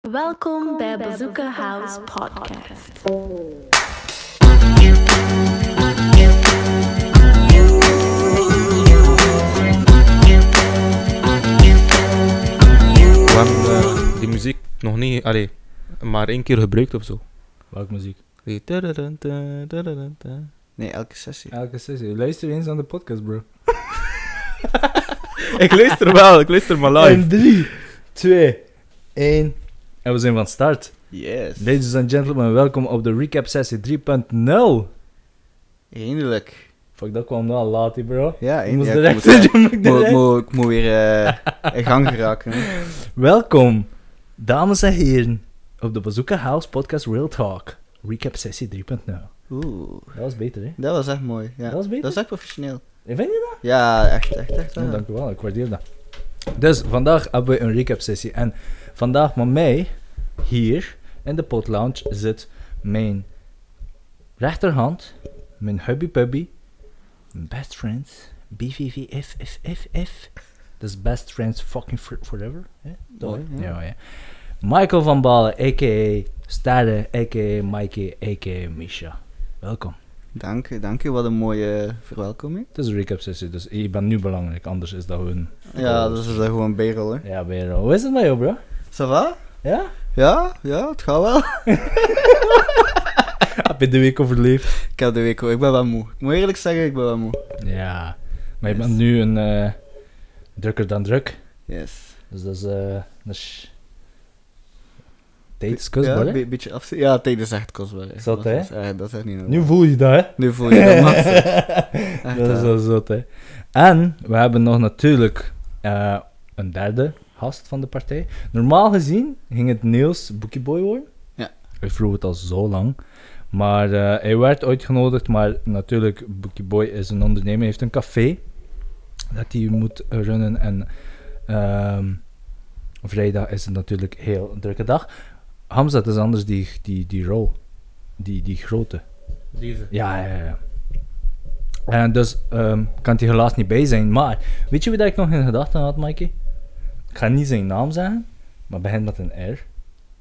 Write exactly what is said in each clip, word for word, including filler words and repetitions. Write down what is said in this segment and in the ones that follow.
Welkom bij Bazooka House Podcast. We hebben uh, die muziek nog niet, allee, maar één keer gebruikt of zo. Welke muziek? Die tadadanta, tadadanta. Nee, elke sessie. Elke sessie. Luister eens aan de podcast, bro. Ik luister wel, ik luister maar live. En drie, twee, één. En we zijn van start. Yes. Ladies and gentlemen, welkom op de recap sessie drie punt nul. Eindelijk. Fuck, dat kwam wel laat, hè, bro. Ja, Ik moest eindelijk. direct... Ik moet, ik ik direct- moet, moet, ik moet weer uh, in gang geraken. Hè. Welkom, dames en heren, op de Bazooka House Podcast Real Talk. Recap sessie drie punt nul. Oeh, Dat was beter, hè? dat was echt mooi. Ja. Dat was beter? Dat is echt professioneel. Vind je dat? Ja, echt, echt, echt. Oh, Ja. dank u wel, ik waardeer dat. Dus, vandaag hebben we een recap sessie. En vandaag met mij, hier in de potlounge, zit mijn rechterhand, mijn hubby pubby, mijn best friends, B V V F F F F. Dat is best friends fucking for- forever. Hè? Mooi, ja. Ja, ja. Michael van Balen, a k a. Sterre, a k a. Mikey, a k a. Misha. Welkom. Dank u, dank u. Wat een mooie verwelkoming. Het is een recap sessie, dus je bent nu belangrijk, anders is dat hun... Ja, dat is uh, gewoon B-rol, hè. Ja, weer. Hoe is het met jou, bro? Ça va? Ja? Ja, ja, het gaat wel. Heb je de week overleefd? Ik heb de week, ik ben wel moe. Ik moet eerlijk zeggen, ik ben wel moe. Ja. Maar je Yes. bent nu een eh, drukker dan druk. Yes. Dus dat is... eh dat is... Tijd is kostbaar, ja, hè? be- beetje afzien. Ja, tijd is echt kostbaar. Hè. Zot, dat hè? Is, eh, dat is echt niet normaal. Nu voel je dat, hè? Nu voel je dat, maat. Echt, Dat is ja. wel zot, hè? En we hebben nog natuurlijk eh, een derde gast van de partij. Normaal gezien ging het Niels Boekieboy worden. Ja. Hij vroeg het al zo lang. Maar eh, hij werd uitgenodigd, maar natuurlijk, Boekieboy is een ondernemer, hij heeft een café dat hij moet runnen. En ehm, vrijdag is het natuurlijk een heel drukke dag. Hamza, het is anders die, die, die rol, die, die grote. Deze. Ja, ja, ja. En dus ehm, kan hij helaas niet bij zijn. Maar weet je wie dat ik nog in gedachten had, Mikey? Ik ga niet zijn naam zeggen, maar begint met een R.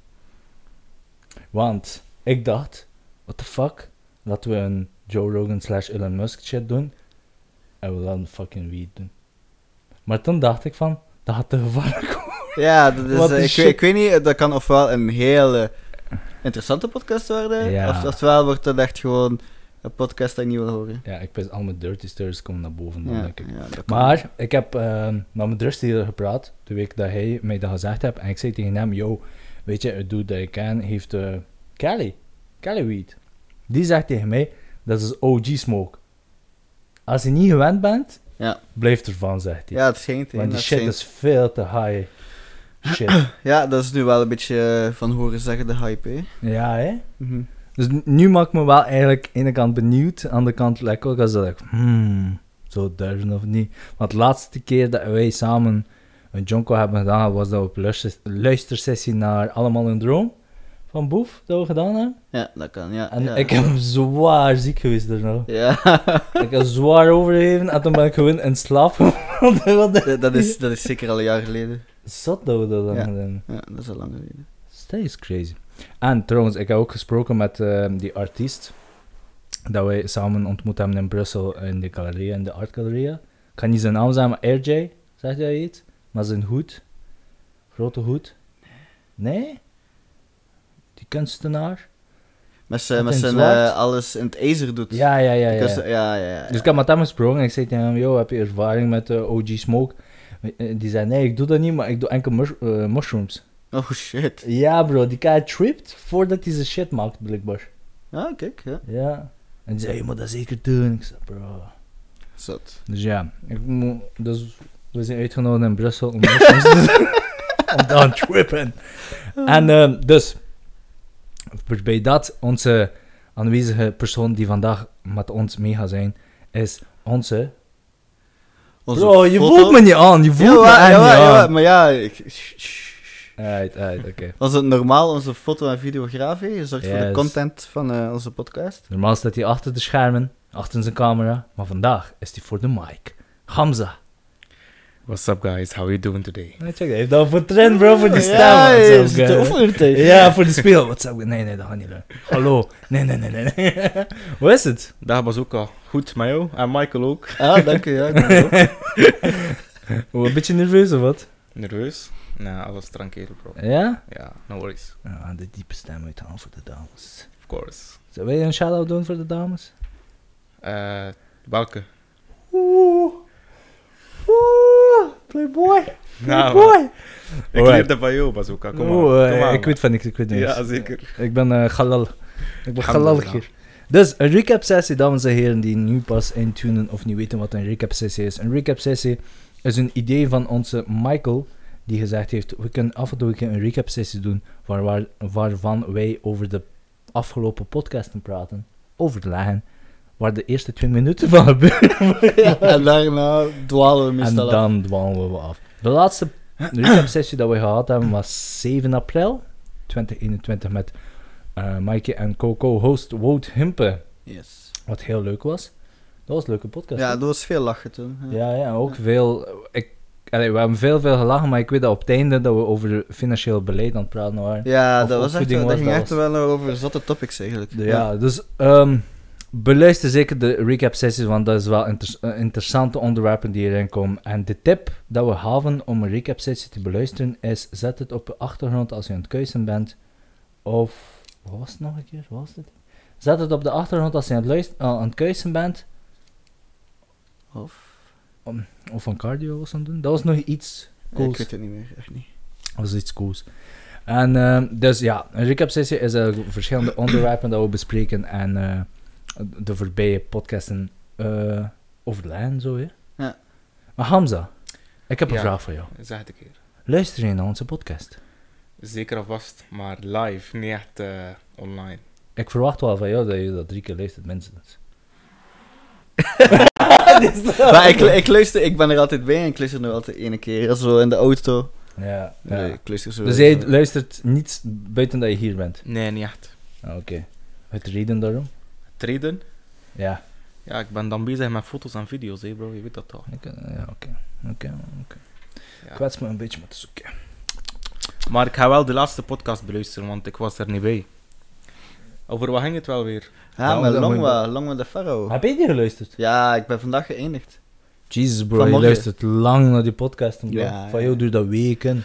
Want ik dacht, what the fuck? Laten we een Joe Rogan slash Elon Musk shit doen. En we laten fucking weed doen. Maar toen dacht ik van, dat had te gevaarlijk worden. Ja, dat is, Wat eh, een ik, shit. weet, ik weet niet, dat kan ofwel een hele interessante podcast worden, Ja. of, oftewel wordt dat echt gewoon een podcast dat je niet wil horen. Ja, ik ben al mijn dirty stories komen naar boven. Dan Ja, denk ik. ja, dat kan. Maar ik heb uh, met mijn drugsdealer gepraat, de week dat hij mij dat gezegd heeft. En ik zei tegen hem, yo, weet je, het dude dat ik ken heeft uh, Cali, Cali weed. Die zegt tegen mij, dat is O G smoke. Als je niet gewend bent, Ja. blijf ervan, zegt hij. Ja, het schijnt. hè, Want die dat shit schijnt. is veel te high. Shit. Ja, dat is nu wel een beetje eh, van horen zeggen de hype, hè. Ja, hè? Mhm. Dus n- nu maak ik me wel eigenlijk aan de ene kant benieuwd, aan de kant lekker, als dat ik, hmm, zo durven of niet. Want de laatste keer dat wij samen een jonko hebben gedaan, was dat op luister- luistersessie naar Allemaal een Droom van Boef, dat we gedaan hebben. Ja, dat kan, ja. En ja. ik heb zwaar ziek geweest er nou. Ja, Ik heb zwaar overgegeven en toen ben ik gewoon in slaap gevallen. Wat de- dat, is, dat is zeker al een jaar geleden. Zot dat we dat dan Ja. gedaan. Ja, dat is al lang geleden. Dat is crazy. En trouwens, ik heb ook gesproken met eh, die artiest dat wij samen ontmoet hebben in Brussel in de galerie, in de Art Galeria. Ik kan niet zijn naam zeggen, maar R J, zegt jij iets? Maar zijn hoed, grote hoed. Nee? Die kunstenaar? Met zijn, Wat met in zijn zwart? eh, alles in het ijzer doet. Ja, ja, ja. Die ja. kunst- ja, ja, ja. Dus ik heb met hem gesproken en ik zei tegen hem, yo, heb je ervaring met uh, O G Smoke? Eh, Die zei, nee, ik doe dat niet, maar ik doe enkel mus- eh, mushrooms. Oh shit. Ja, bro, die guy tript voordat hij zijn shit maakt, blijkbaar. Ah, kijk, ja. Ja. En die zei, je moet dat zeker doen. Ik zei, bro. Zot. Dus ja, ik moet, dus we zijn uitgenodigd in Brussel om mushrooms te doen. Om dan trippen. En uh, dus, bij dat, onze aanwezige persoon die vandaag met ons mee gaat zijn, is onze... Onze Bro, je foto- voelt me niet aan, je voelt Ja, me echt ja, niet ja, aan. maar ja... Ik, shh, shh, shh. Uit, uit, oké. Was het normaal onze foto- en videografie? Je zorgt voor de Yes. content van eh, onze podcast. Normaal staat hij achter de schermen, achter zijn camera, maar vandaag is hij voor de mic. Hamza. What's up guys, how are you doing today? Nee, check, hij heeft dat voor trend, bro, voor die stem. Ja, What's je up, zit te guys? oefenen tijd. Ja, voor de speel. What's up? Nee, nee, dat gaat niet lukken. Hallo. Nee, nee, nee, nee. nee. Hoe is het? Dag Bazooka, goed met jou? En Michael ook. Ah, dank je, ja. Ik ben er ook. Hoe, een beetje nerveus of wat? Nerveus? Nee, alles tranquilo bro. Ja? Ja, no worries. Ja, de diepe stem uithalen voor de dames. Of course. Zullen wij een shout-out doen voor de dames? Eh, welke? Oeh. Oeh. Playboy. Nou, Playboy. ik leer dat van jou Bazooka, kom Oeh, maar. eh, Kom maar, ik weet van niks, ik weet niks. Ja, zeker. Ik ben eh galal. Ik ben Alhamdulillah. galal hier. Dus, een recap sessie, dames en heren, die nu pas intunen of niet weten wat een recap sessie is. Een recap sessie is een idee van onze Michael, die gezegd heeft, we kunnen af en toe een keer een recap sessie doen, waar, waar, waarvan wij over de afgelopen podcasten praten, overleggen, waar de eerste twee minuten van gebeuren. Ja, en daarna dwalen we En meestal af. dan dwalen we af. De laatste recap sessie dat we gehad hebben was zeven april twintig eenentwintig met uh, Mikey en co-host Wout Himpe. Yes. Wat heel leuk was. Dat was een leuke podcast. Ja, hè? er was veel lachen toen. Ja. ja, ja, ook veel. Ik, allee, we hebben veel, veel gelachen, maar ik weet dat op het einde dat we over financieel beleid aan het praten waren. Ja, Of dat, was echt, opvoeding dat was, ging dat echt was- wel nog over zotte topics eigenlijk. De- ja, dus um, beluister zeker de recap sessies, want dat is wel inter- eh, interessante onderwerpen die erin komen. En de tip dat we hebben om een recap sessie te beluisteren is, zet het op de achtergrond als je aan het kuisen bent. Of, wat was het nog een keer? Wat was het? Zet het op de achtergrond als je aan het, luist- uh, aan het kuisen bent. Of? Of een cardio was aan het doen. Dat was nog iets Ja, cools. ik weet het niet meer, echt niet. Dat was iets cools. En ehm, dus ja, een recap sessie is eigenlijk verschillende onderwerpen dat we bespreken en eh, de voorbije podcasten uh, overleggen zo, hè. Ja. Maar Hamza, ik heb een Ja. vraag voor jou. Zeg het een keer. Luister je naar onze podcast? Zeker alvast, maar live, niet echt eh, online. Ik verwacht wel van jou dat je dat drie keer luistert, minstens. Maar ik, ik luister, ik ben er altijd bij en ik luister nog altijd ene keer, zo in de auto. Ja, ja. Nee, ik luister zo. Dus jij luistert niet buiten dat je hier bent? Nee, niet echt. Ah, Oké. Het reden daarom? Treden? Ja. Ja, ik ben dan bezig met foto's en video's, hè bro, je weet dat toch. Ik, eh, ja, oké. Oké, oké. Ja. Kwets me een beetje, maar het is oké. Maar ik ga wel de laatste podcast beluisteren, want ik was er niet bij. Over wat ging het wel weer? Ja, Nou, maar dan moet Longwa, je- Longwa de Pharaoh. Heb je die geluisterd? Ja, ik ben vandaag geëindigd. Jesus bro, je Vanmorgen. luistert lang naar die podcast. Bro. Ja, Van ja. jou duurt dat weken.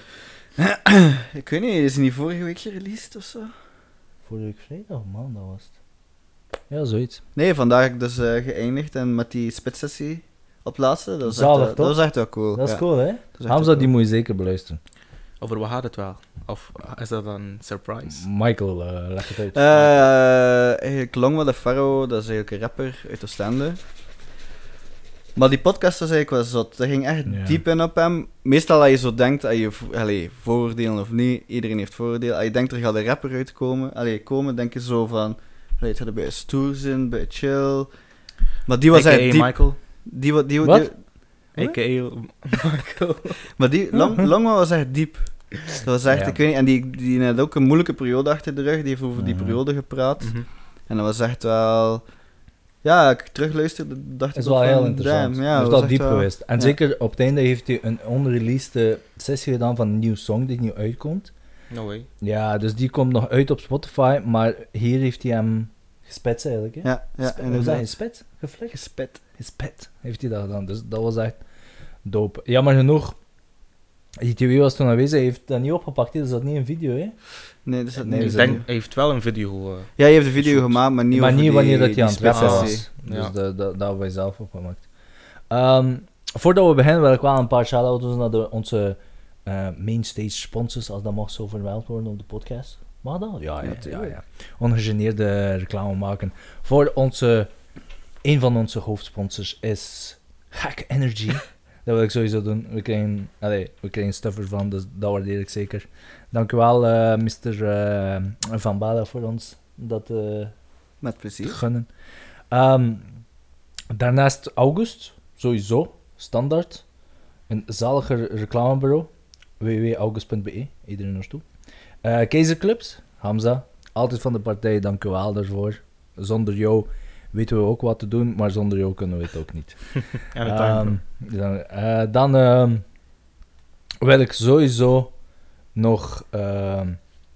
Ik weet niet, is hij niet vorige week gereleased of zo? Vorige week vrijdag, man, dat was het. Ja, zoiets. Nee, vandaag heb ik dus eh, geëindigd en met die spitsessie op laatste. Dat was, Zalig, echt, wel- toch? dat was echt wel cool. Dat is ja. cool, hè? Dat is echt Hamza, wel die cool. moet je zeker beluisteren. Over wat gaat het wel? Of is dat een surprise? Michael, eh leg het uit. Eh, eigenlijk Longwa de Pharaoh, dat is eigenlijk een rapper uit Oostende. Maar die podcast was eigenlijk wel zot. Dat ging echt Ja. diep in op hem. Meestal als je zo denkt, als je vo- allee, vooroordelen of niet, iedereen heeft vooroordelen. Als je denkt er gaat een rapper uitkomen, allee, komen, denk je zo van, allee, het gaat er bij stoer zijn, bij chill. Maar die was A K A echt diep. Michael. Die, wa- die, die, Wat? A K A Michael. maar die, Long, Longwa was echt diep. Dat was echt, Ja. ik weet niet, en die, die had ook een moeilijke periode achter de rug. Die heeft over die Mhm. periode gepraat. Mhm. En dat was echt wel... Ja, ik terugluisterde, dacht Dat is ik ook wel heel van, interessant. damn, ja, dat is was wel echt diep wel- geweest. En ja. zeker op het einde heeft hij een onreleased sessie gedaan van een nieuwe song die nu uitkomt. No way. Ja, dus die komt nog uit op Spotify, maar hier heeft hij hem gespetst eigenlijk. Hè? Ja, ja, Spe- Hoe zeg je, inderdaad. gespet? Geflikt? Gespet. Gespet heeft hij dat gedaan, dus dat was echt dope. Jammer genoeg, I T W was toen aanwezig, hij heeft dat niet opgepakt, hè, dus dat is niet een video, hè? Nee, dat is Nee, niet. Ik is denk, niet. hij heeft wel een video. eh, Ja, je heeft een video Shoot. gemaakt, maar niet maar over niet die, wanneer dat hij die aan het werken spitsessie. was. Ja. Dus dat, dat, dat hebben wij zelf opgemaakt. Ehm, voordat we beginnen wil ik wel een paar shout-outs doen naar de, onze eh mainstage sponsors, als dat mag zo vermeld worden op de podcast. Mag dat? Ja, ja, ja, Natuurlijk. ja. Ongegeneerde reclame maken. Voor onze, een van onze hoofdsponsors is Hack Energy. Dat wil ik sowieso doen. We krijgen, allez, we krijgen stuff ervan, dus dat waardeer ik zeker. Dank u wel, eh mister eh, Van Balen, voor ons dat eh, Met te plezier. gunnen. Ehm, daarnaast August, sowieso, standaard. Een zaliger reclamebureau. w w w punt august punt b e, iedereen naartoe. Eh Keizerclubs, Hamza, altijd van de partij, dank u wel daarvoor. Zonder jou weten we ook wat te doen, maar zonder jou kunnen we het ook niet. Anytime, Ehm, bro. dan, eh, dan ehm, wil ik sowieso nog... ehm,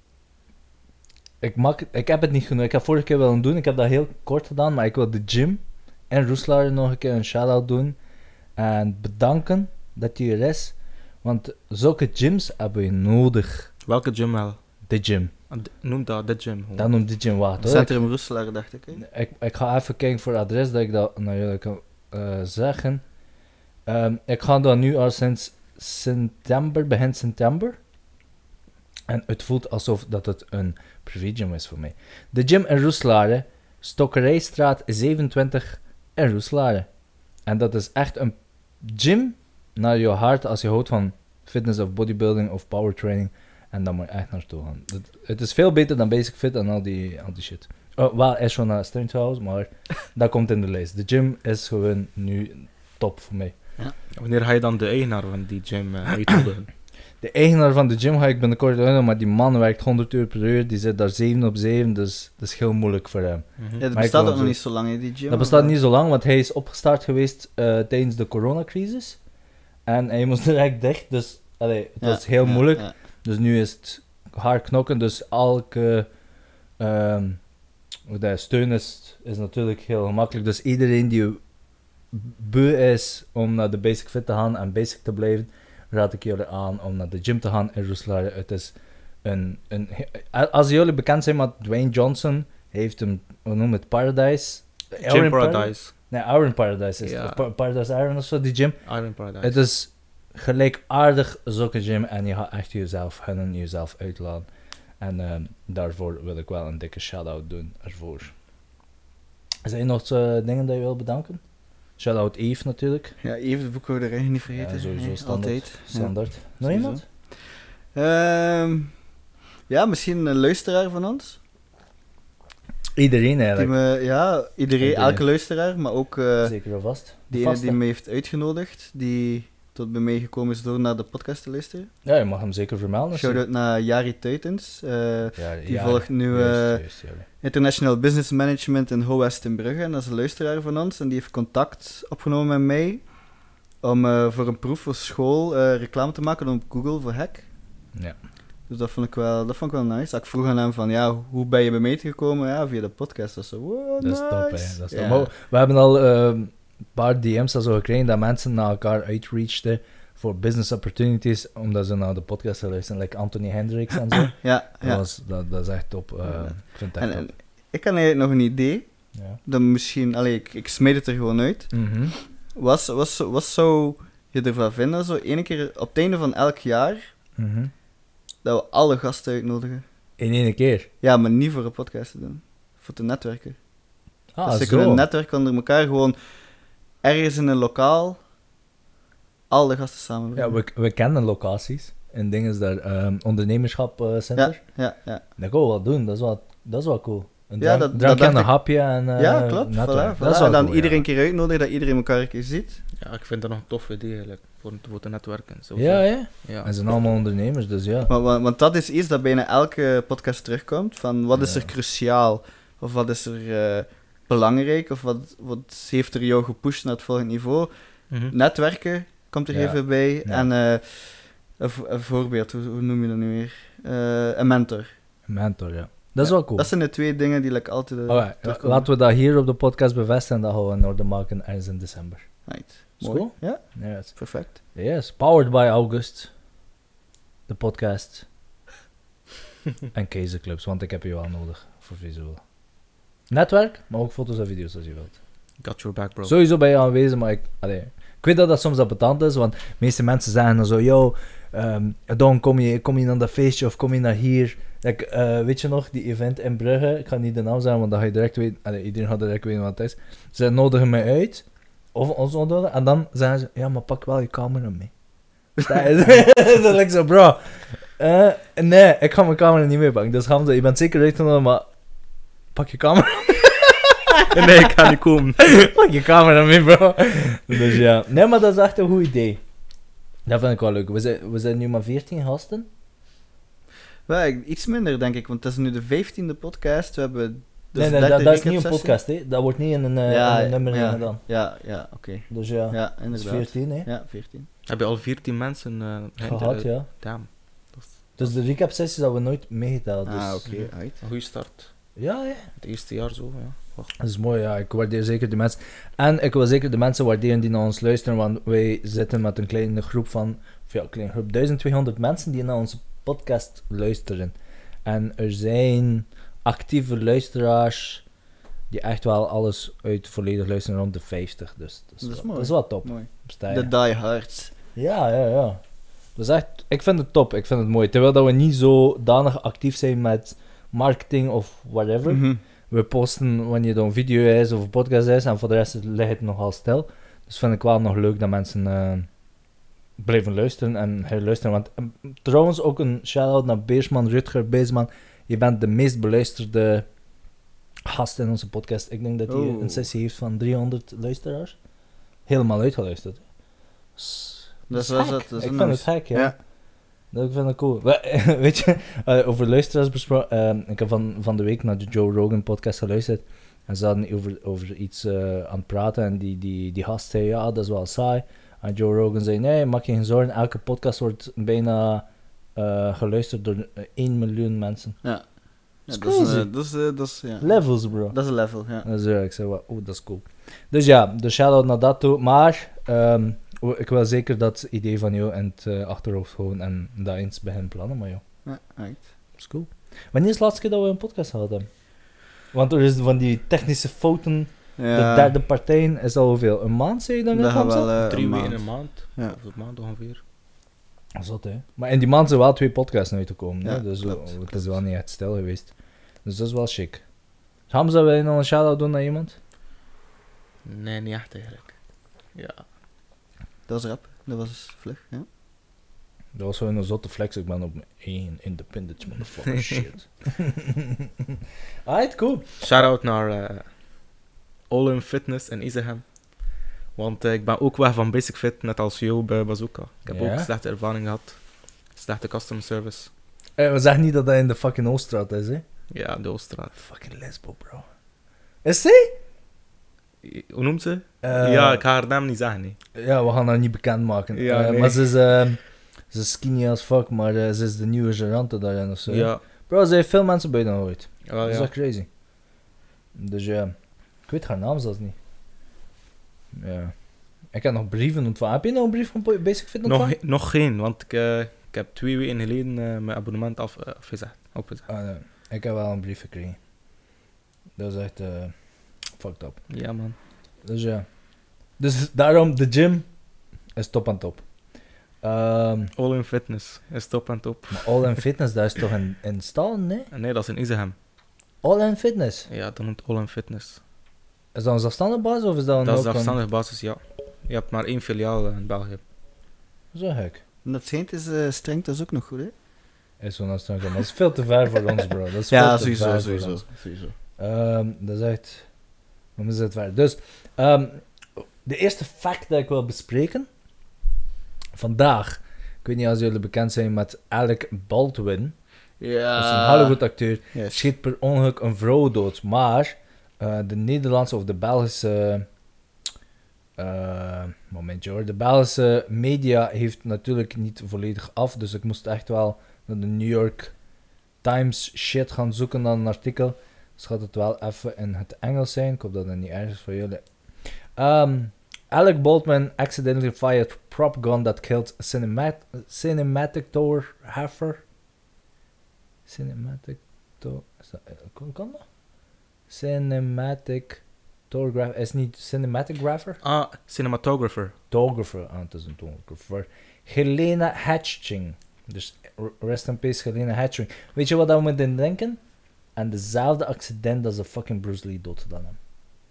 ik, mag, ik heb het niet genoeg. Ik heb vorige keer willen doen. Ik heb dat heel kort gedaan. Maar ik wil de gym en Roeslaar nog een keer een shout-out doen. En bedanken dat hij er is. Want zulke gyms hebben we nodig. Welke gym wel? De gym. Ah, d- Noem dat, de gym. gewoon. Dat noemt de gym wat. hoor. Centrum Roeselaar, dacht ik. Hè? Ik, ik ga even kijken voor het adres dat ik dat naar jullie kan eh, zeggen. Ehm, ik ga dat nu al sinds september, begin september. En het voelt alsof dat het een privé-gym is voor mij. De gym in Roeselare, Stokkerijstraat zevenentwintig in Roeselare. En dat is echt een gym naar je hart als je houdt van fitness of bodybuilding of powertraining. En dan moet je echt naartoe gaan. Het, het is veel beter dan Basic Fit en al die, al die shit. Oh, wel, is schon naar Strength House, maar dat komt in de lijst. De gym is gewoon nu top voor mij. Wanneer ga je dan de eigenaar van die gym uh, uitnodigen? De eigenaar van de gym ga ik binnenkort doen, maar die man werkt honderd uur per uur. Die zit daar zeven op zeven, dus dat is heel moeilijk voor hem. Mhm. Ja, dat Maar ik bestaat wil ook nog zo- niet zo lang, hè, die gym. Dat bestaat of- niet zo lang, want hij is opgestart geweest eh, tijdens de coronacrisis. En hij moest direct dicht, dus allee, het Ja, was heel ja, moeilijk. ja. Dus nu is het hard knokken, dus elke ehm, hoe dat is, steun is, is natuurlijk heel gemakkelijk. Dus iedereen die beu is om naar de Basic Fit te gaan en basic te blijven, raad ik jullie aan om naar de gym te gaan in Roeselare. Het is een, een, als jullie bekend zijn met Dwayne Johnson, heeft hem, hoe noem je het, Paradise? Gym Iron Paradise. Nee, Iron Paradise is Ja. het. Pa- Paradise Iron of zo, die gym. Iron Paradise. Het is gelijkaardig zulke gym en je gaat echt jezelf gunnen, jezelf uitlaten. En ehm, daarvoor wil ik wel een dikke shout-out doen ervoor. Zijn er nog eh, dingen dat je wil bedanken? Shout-out Eve natuurlijk. Ja, even de boekhouderij niet vergeten. Ja, sowieso hè, standaard. Altijd. Standaard. Nog sowieso. iemand? Ja. Ehm, ja, misschien een luisteraar van ons. Iedereen Die eigenlijk. me, ja, iedereen, Iedereen. elke luisteraar, maar ook eh, Zeker of vast. die ene Vast, die hè? me heeft uitgenodigd, die tot bij mij gekomen is door naar de podcast te luisteren. Ja, je mag hem zeker vermelden. als je- Shout-out naar Jari Tuitens. eh, Ja, die ja, volgt nu juist, eh, juist, ja. International Business Management in Ho West in Brugge. En dat is een luisteraar van ons. En die heeft contact opgenomen met mij om eh, voor een proef voor school eh, reclame te maken op Google voor Hack. Ja. Dus dat vond ik wel, dat vond ik wel nice. Ik vroeg aan hem van, ja, hoe ben je bij mij tegekomen? Ja, via de podcast. Dat is zo, wow, Dat is nice. top, hè. Dat is Ja. top. Maar we hebben al ehm, een paar D M's dat zo gekregen dat mensen naar elkaar uitreachten voor business opportunities, omdat ze naar de podcast luisteren, like Anthony Hendricks en zo. Ja, Dat, ja. was, dat, dat is echt top. eh, Ja. Ik vind het En, echt en top. ik had eigenlijk nog een idee. Ja. Dat misschien, allee, ik, ik smeed het er gewoon uit. Mhm. Was, was, wat zou je ervan vinden, zo ene keer op het einde van elk jaar, Mhm. dat we alle gasten uitnodigen? In één keer. Ja, maar niet voor een podcast te doen. Voor te netwerken. Ah, dus ze zo. kunnen netwerken onder elkaar, gewoon ergens in een lokaal, alle gasten samen. Ja, we, we kennen locaties. En dingen is daar ehm, ondernemerschap eh, center. ja, ja, ja. Dat gaan we wel doen. Dat is wel, dat is wel cool. Een Ja, drank, dat- drank dat en dacht een ik. hapje en eh ja, klopt. netwerk. Voilà, Dat is voilà. wel En dan cool, iedereen ja. een keer uitnodigen, dat iedereen elkaar een keer ziet. Ja, ik vind dat nog een tof idee eigenlijk. Voor, voor te netwerken. Zo Ja, ja. ja. En ze zijn allemaal ondernemers, dus ja. Maar, want, want dat is iets dat bijna elke podcast terugkomt. Van wat is Ja. er cruciaal? Of wat is er eh, belangrijk? Of wat, wat heeft er jou gepusht naar het volgende niveau? Mhm. Netwerken komt er Ja. even bij. Ja. En eh, een, vo- een voorbeeld, hoe, hoe noem je dat nu weer? Eh, een mentor. Een mentor, ja. Dat is Ja, wel cool. Dat zijn de twee dingen die like, altijd eh, Alright, terugkomen. laten we dat hier op de podcast bevestigen en dat gaan we in orde maken ergens in december. Right. Is Mooi. cool? Ja, Yes. perfect. Yes, powered by August. De podcast. En Keizerclubs, want ik heb je wel nodig voor visueel. Netwerk, maar ook foto's en video's als je wilt. Got your back, bro. Sowieso ben je aanwezig, maar ik, allee, ik weet dat dat soms appetant is, want de meeste mensen zeggen dan zo, yo, ehm dan kom je, kom je naar dat feestje of kom je naar hier. Like, eh, weet je nog, die event in Brugge, ik ga niet de naam zeggen, want dan ga je direct weten, allee, iedereen gaat direct weten wat het is. Ze nodigen mij uit, of ons nodigen, en dan zeggen ze, ja, maar pak wel je camera mee. Sta je? Dan denk ik zo, bro, eh, nee, ik ga mijn camera niet meepakken. Dus gaan ze, je bent zeker uitgenodigd, maar pak je camera. Nee, ik ga niet komen. Pak je camera mee, bro. Dus ja. Nee, maar dat is echt een goed idee. Dat vind ik wel leuk. We zijn, we zijn nu maar veertien gasten. Wel, ik- iets minder, denk ik, want het is nu de vijftiende podcast. We hebben dus nee, nee, de dat, derde dat is niet een recapsessie. podcast, hè. Dat wordt niet in een, eh, Ja, in een nummer ja. gedaan. Ja, ja, oké. Dus ja, Ja, dat is inderdaad. veertien, hè. Ja, veertien. Heb je al veertien mensen uh, Gehad, ja. Damn. Dat is Dus de recap sessies hebben we nooit meegeteld. Dus... Ah, oké, okay, uit. een goede start. Ja, ja. Het eerste jaar zo, ja. Wacht. Dat is mooi, ja. Ik waardeer zeker de mensen. En ik wil zeker de mensen waarderen die naar ons luisteren, want wij zitten met een kleine groep van, of ja, een kleine groep, duizend tweehonderd mensen die naar onze podcast luisteren. En er zijn actieve luisteraars die echt wel alles uit volledig luisteren rond de vijftig. Dus dat is, Dat is wel, mooi. dat is wel top. Mooi. Sta je? De diehards. Ja, ja, ja. Dat is echt, ik vind het top, ik vind het mooi. Terwijl dat we niet zodanig actief zijn met marketing of whatever. Mhm. We posten wanneer er een video is of een podcast is en voor de rest ligt het nogal stil. Dus vind ik wel nog leuk dat mensen uh, blijven luisteren en herluisteren. Want um, trouwens ook een shout-out naar Beersman, Rutger Beersman. Je bent de meest beluisterde gast in onze podcast. Ik denk dat hij Oh. een sessie heeft van driehonderd luisteraars. Helemaal uitgeluisterd. Dus, Dat is- gek. dat is- dat is ik een vind nice. het gek, ja. Ja. Dat vind ik cool. We- Weet je, uh, over luisteraars besproken. Uh, ik heb van, van de week naar de Joe Rogan podcast geluisterd. En ze hadden over, over iets uh, aan het praten. En die, die, die gast zei, ja, dat is wel saai. En Joe Rogan zei, nee, maak je geen zorgen. Elke podcast wordt bijna uh, geluisterd door uh, één miljoen mensen. Ja. Ja, It's dat is, crazy. eh, dat is, eh, dat is, ja. Levels, bro. Dat is een level, ja. Dat is ja, ik zei, well, oeh, dat is cool. Dus ja, de shout-out naar dat toe. Maar um, ik wil zeker dat idee van jou in het uh, achterhoofd houden en dat eens beginnen plannen, maar joh. Ja, uit. Dat is cool. Wanneer is de laatste keer dat we een podcast hadden? Want er is van die technische fouten, Ja, de derde partij is al hoeveel? Een maand, zei je dan? dat net, gaat Hamza? wel eh, Drie een weken maand. een maand. Ja. Of een maand ongeveer. Zot, hè. Maar in die maand zijn wel twee podcasts uit te komen, hè? Ja, Dus klopt, uh, het is klopt. wel niet echt stil geweest. Dus dat is wel chic. Hamza, wil je nog een shout-out doen naar iemand? Nee, niet echt eigenlijk. Ja. Dat was rap. Dat was vlug, ja. Dat was gewoon een zotte flex. Ik ben op mijn één independent motherfucker shit. Alright, cool. Shout-out naar uh, All In Fitness in Izegem. Want uh, ik ben ook weg van Basic Fit, net als jou bij Bazooka. Ik heb Ja? ook slechte ervaring gehad. Slechte customer service. Eh, we zeggen niet dat dat in de fucking Ooststraat is, hè? Ja, de Ooststraat. Fucking lesbo, bro. Is die? Hoe noemt ze? Eh, ja, ik ga haar naam niet zeggen. Nee. Ja, we gaan haar niet bekendmaken. Ja, Eh, nee. Maar ze is, ehm, ze is skinny as fuck, maar eh, ze is de nieuwe gerante daarin of zo. Ja. Bro, ze heeft veel mensen buiten gegooid. Wel, Dat is ja. echt crazy. Dus ja, ik weet haar naam zelfs niet. Ja. Ik heb nog brieven ontvangen. Heb je nog een brief van Po- Basic Fit ontvangen? Nog, nog geen, want ik, uh, ik heb twee weken geleden uh, mijn abonnement af, uh, afgezegd. opgezegd. Ah, nee. Ik heb wel een brief gekregen. Dat is echt uh, fucked up. Ja, man. Dus ja. Dus daarom, de gym is top en top. Ehm, All In Fitness is top en top. maar All In Fitness, daar is toch in, in stal, nee? Nee, dat is in Izegem. All In Fitness. Ja, dat noemt All In Fitness. Is dat een zelfstandige basis of is dat een Dat is ook een- zelfstandige basis, ja. Je hebt maar één filiaal in België. Zo gek. En dat schijnt is uh, streng, dat is ook nog goed, hè? Is zo'n afstand, maar dat is veel te ver voor ons, bro. Dat is veel Ja, te sowieso, ver voor sowieso. ons. sowieso. Ehm, dat is echt... We moeten het ver. Dus, ehm, de eerste fact dat ik wil bespreken. Vandaag, ik weet niet als jullie bekend zijn met Alec Baldwin. Ja. Dat is een Hollywood-acteur. Yes. Schiet per ongeluk een vrouw dood. Maar uh, de Nederlandse of de Belgische... Uh, momentje hoor. De Belgische media heeft natuurlijk niet volledig af. Dus ik moest echt wel naar de New York Times shit gaan zoeken naar een artikel. Dus gaat het wel even in het Engels zijn. Ik hoop dat het niet erg is voor jullie. Um, Alec Baldwin accidentally fired prop gun that killed cinemat cinematographer. Cinematic to is dat, kan, kan dat? Cinematic photographer is niet cinematographer? Ah, cinematographer. Photographer, ah, het is een photographer. Helena Hatching. Dus rest in peace Helena Hatching. Weet je wat we moeten denken? Aan dezelfde accident dat ze fucking Bruce Lee dood gedaan hebben.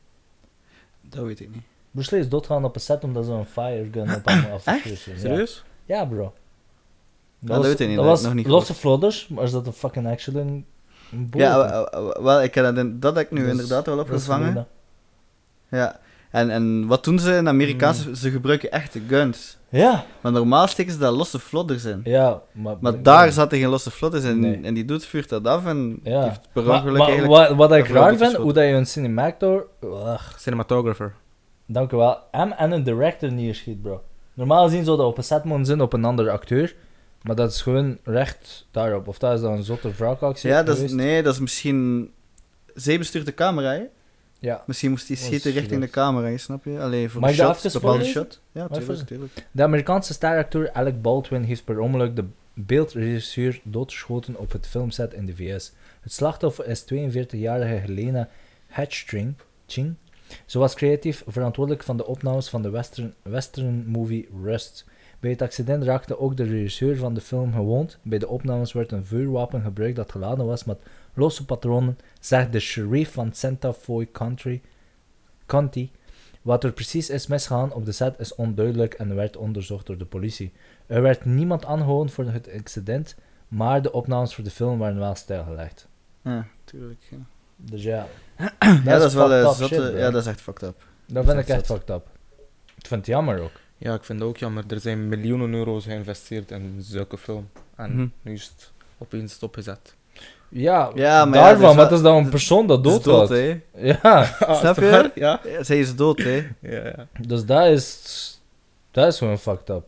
Dat weet ik niet. Bruce Lee is doodgegaan op een set omdat ze een firegun op hem afgevuurd hebben. Serieus? Ja, ja bro. dat weet ik niet, Dat dat was heb ik nog niet losse flodders, maar is dat een fucking actual een een boel? Ja, wel- wel- wel, ik heb dat, in- dat heb ik nu Dus inderdaad wel dat is opgevangen. Helena. Ja. En, en wat doen ze in Amerikaanse... Hmm. Ze gebruiken echte guns. Ja, Maar normaal steken ze daar losse flodders in. ja. Maar, Maar daar zaten geen losse flodders in. Nee. En die doet vuurt dat af en Ja. heeft per Maar, ongeluk maar eigenlijk... wat, wat ik een vrouw raar vind, doodgeschoten. hoe dat je een cinemator... Ugh, Cinematographer. dank u wel. Hem en een director neerschiet, bro. Normaal gezien zou dat op een set moeten zijn op een andere acteur. Maar dat is gewoon recht daarop. Of dat is dan een zotte wraakactie Ja, dat is, geweest. nee, dat is misschien... Zij bestuurt de camera, hè? Ja. Misschien moest hij Was schieten richting de gedacht. camera, hè, snap je? Allee, voor Mag de ik dat shot, even bepaalde voorlezen? shot. Ja, Mag ik tuurlijk, even- tuurlijk. De Amerikaanse staracteur Alec Baldwin heeft per ongeluk de beeldregisseur doodgeschoten op het filmset in de V S. Het slachtoffer is tweeënveertigjarige Helena Hatching. Ching. Ze was creatief verantwoordelijk van de opnames van de western, western movie Rust. Bij het accident raakte ook de regisseur van de film gewond. Bij de opnames werd een vuurwapen gebruikt dat geladen was met losse patronen, zegt de sheriff van Santa Fe Country, County. Wat er precies is misgegaan op de set is onduidelijk en werd onderzocht door de politie. Er werd niemand aangehouden voor het incident, maar de opnames voor de film waren wel stilgelegd. Ja, tuurlijk. Ja, Dus ja, ja dat is wel fucked een up zotte... shit, bro. ja, dat is echt fucked up. Dat vind is ik echt echt fucked up. Ik vind het jammer ook. Ja, ik vind het ook jammer. Er zijn miljoenen euro's geïnvesteerd in zulke film. En Mhm. nu is het opeens stopgezet. Ja, Ja, maar ja, daarvan, dus maar dat- het is dan een dat- persoon dat Dat is doodgaat. dood, hè? Ja, Ah, Snap is het waar? je? Ja. Ja, zij is dood, hè? Ja, ja. dus dat is... Dat is gewoon fucked up.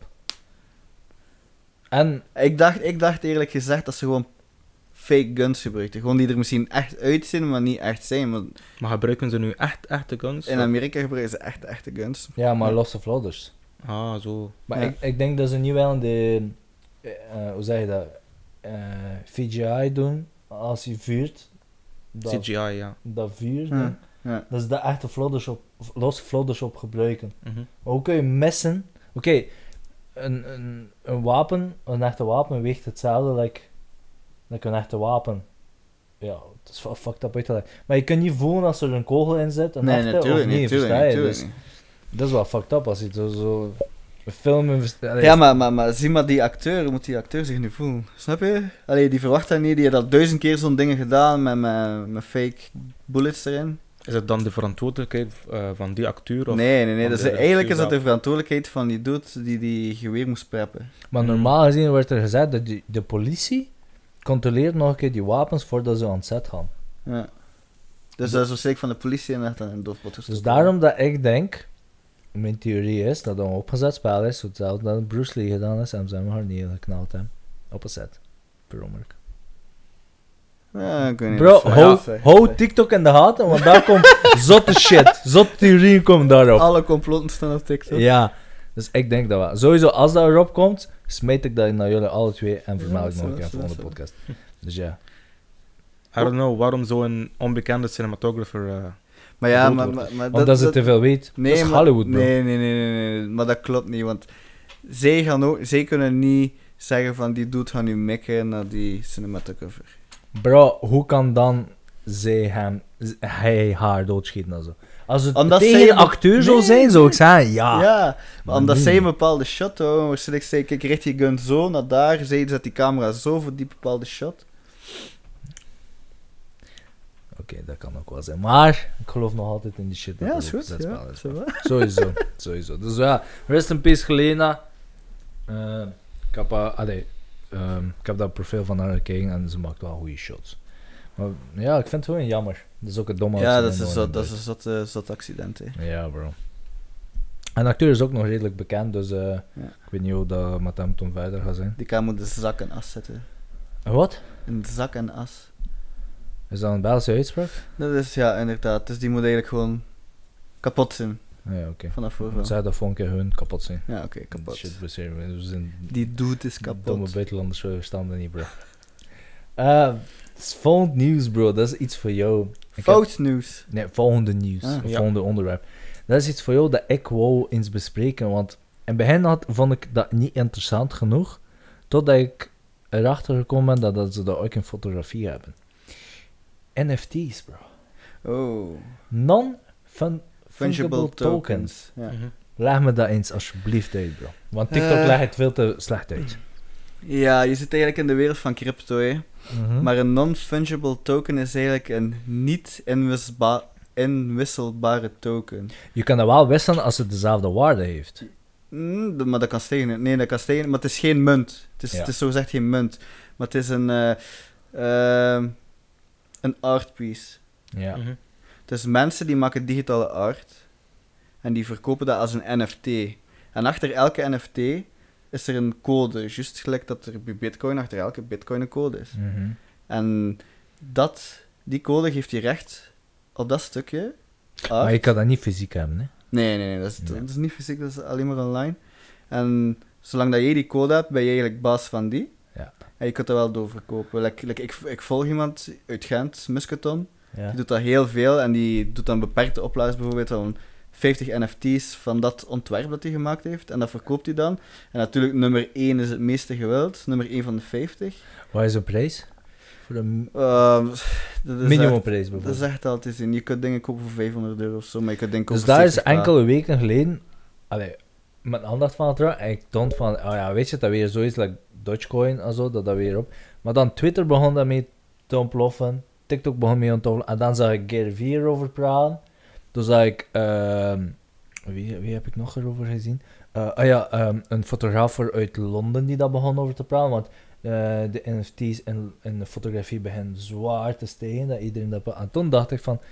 En... Ik dacht, ik dacht eerlijk gezegd dat ze gewoon fake guns gebruikten. Gewoon die er misschien echt uitzien, maar niet echt zijn. Want Maar gebruiken ze nu echt echte guns? in Amerika gebruiken ze echt echte guns. Ja, maar Ja. losse vlodders. Ah, zo. Maar Ja. ik, ik denk dat ze nu wel in de... eh, eh, hoe zeg je dat? eh V G I doen, als je vuurt. Dat, C G I, ja. dat vuur. Ja. ding. Ja. Dat is de echte vlodders op, losse vlodders op gebruiken. Mhm. Maar hoe kun je messen? Oké, een, een, een wapen, een echte wapen weegt hetzelfde like, like een echte wapen. Ja, het is wel fucked up uit te leggen. Maar je kunt niet voelen als er een kogel in zit, een Nee, echte natuurlijk of niet, niet, natuurlijk versta niet, je? natuurlijk Dus niet. dat is wel fucked up als je zo, zo een film investeert. Ja, maar, maar, maar zie maar die acteur, hoe moet die acteur zich nu voelen? Snap je? Allee, die verwacht dat niet, die heeft al duizend keer zo'n dingen gedaan met, met, met fake bullets erin. Is het dan de verantwoordelijkheid eh, van die acteur? Of Nee, nee, nee, van dat is, de eigenlijk is dat de regisseur verantwoordelijkheid van die dude die die geweer moest preppen. Maar Hmm. normaal gezien wordt er gezegd dat die, de politie controleert nog een keer die wapens voordat ze aan het set gaan. Ja. Dus dat is waarschijnlijk van de politie en echt dan een doofpot Dus gestopt. daarom dat ik denk, mijn theorie is dat het een opgezet spel is, hetzelfde dat Bruce Lee gedaan is en ze hebben haar neergeknald hem op een set. Per ongeluk. Ja, ik weet niet. Bro, of- hou, ja, zeg. hou TikTok in de gaten, want daar komt zotte shit, zotte theorieën komen daarop. Alle complotten staan op TikTok. Ja, dus ik denk dat wel. Sowieso, als dat erop komt, smijt ik dat naar jullie alle twee en vermeld ik Ja, nog een zo, keer zo, voor de zo. podcast. Dus ja. I don't know, waarom zo'n onbekende cinematographer... eh, Maar ja, Dood maar, wordt. maar, maar Omdat ze te veel weet. Nee, dat is maar- Hollywood, bro. Nee, nee, nee, nee, nee, maar dat klopt niet, want zij, gaan ook, zij kunnen niet zeggen van die dude gaan nu mikken naar die cinematographer. Bro, hoe kan dan zij hem, z- hij haar doodschieten en zo? Als het Omdat tegen zij een een- acteur zou Nee, zijn, zou ik zeggen ja. Ja, maar maar omdat nu zij een niet. bepaalde shot houden, waarschijnlijk zei kijk, richt die gun zo naar daar, zij zet die camera zo voor die bepaalde shot. Oké, dat kan ook wel zijn. Maar ik geloof nog altijd in die shit. dat Ja, het is ook goed. gezet Ja, spel is. zo wel. Sowieso, sowieso. Dus ja, rest in peace Helena. Eh, ik, heb, uh, allee, ehm, ik heb dat profiel van haar gekeken en ze maakt wel goede shots. Maar ja, ik vind het gewoon jammer. Dat is ook het domme Ja, dat is accident een gewoon zot, dat is in een zot, eh, zot accident, hè. België. Ja, bro. En de acteur is ook nog redelijk bekend, dus eh, Ja. ik weet niet hoe dat met hem toen verder gaat zijn. Die kan moet de zak en as zetten. En wat? In de zak en as. Is dat een Belgische uitspraak? Dat is, ja, inderdaad. Dus die moet eigenlijk gewoon kapot zijn, Ja, oké. vanaf Okay. voorval. Zij dat volgende keer hun kapot zijn. Ja, oké, kapot. Shit, we zijn, we zijn Die dude is domme kapot. buitenlanders we verstaan dat niet, bro. Eh, het is volgend nieuws, bro. Dat is iets voor jou. Ik heb- Fout nieuws. Nee, volgende nieuws. Ah. Of Ja. volgende onderwerp. Dat is iets voor jou dat ik wou eens bespreken. Want in het begin had, vond ik dat niet interessant genoeg. Totdat ik erachter gekomen ben dat, dat ze dat ook in fotografie hebben. N F T's, bro. Oh. Non-fungible Fungible tokens. tokens. Ja. mhm. Leg me dat eens alsjeblieft uit, bro. Want TikTok Eh. legt het veel te slecht uit. Ja, je zit eigenlijk in de wereld van crypto, hè. Mhm. Maar een non-fungible token is eigenlijk een niet inwisba- inwisselbare token. Je kan dat wel wisselen als het dezelfde waarde heeft. Mm, d- maar dat kan stijgen. Nee, dat kan stijgen. Maar het is geen munt. Het is, Ja. het is zogezegd geen munt. Maar het is een, eh, ehm, een art piece. Ja. Mhm. Dus mensen die maken digitale art. En die verkopen dat als een N F T. En achter elke N F T is er een code. Juist gelijk dat er bij Bitcoin achter elke Bitcoin een code is. Mhm. En dat, die code geeft je recht op dat stukje. Maar art. je kan dat niet fysiek hebben, hè? Nee, nee, nee, dat is, Nee. dat is niet fysiek, dat is alleen maar online. En zolang dat jij die code hebt, ben je eigenlijk baas van die. Ja. En je kunt dat wel doorverkopen. Like, like, ik, ik volg iemand uit Gent, Musketon. Ja. Die doet dat heel veel en die doet dan beperkte oplages, bijvoorbeeld van vijftig N F T's van dat ontwerp dat hij gemaakt heeft. En dat verkoopt hij dan. En natuurlijk, nummer één is het meeste gewild. Nummer één van de vijftig. Wat is een prijs? Voor een Ehm, dat is minimumprijs echt- Dat is bijvoorbeeld. echt altijd zien. Je kunt dingen kopen voor vijfhonderd euro of zo, maar je kunt dingen kopen Dus voor daar is zeventig enkele weken geleden, allee, met aandacht van het en ik dacht van, oh ja, weet je, dat weer zoiets, like Dogecoin en zo, dat dat weer op. Maar dan Twitter begon daarmee te ontploffen, TikTok begon mee te ontploffen, en dan zag ik Gary Vee erover praten. Toen zag ik, ehm, wie, wie heb ik nog erover gezien? Eh oh ja, ehm, een fotograaf uit Londen die dat begon over te praten, want eh, de N F T's en, en de fotografie beginnen zwaar te stijgen, dat iedereen dat... En toen dacht ik van,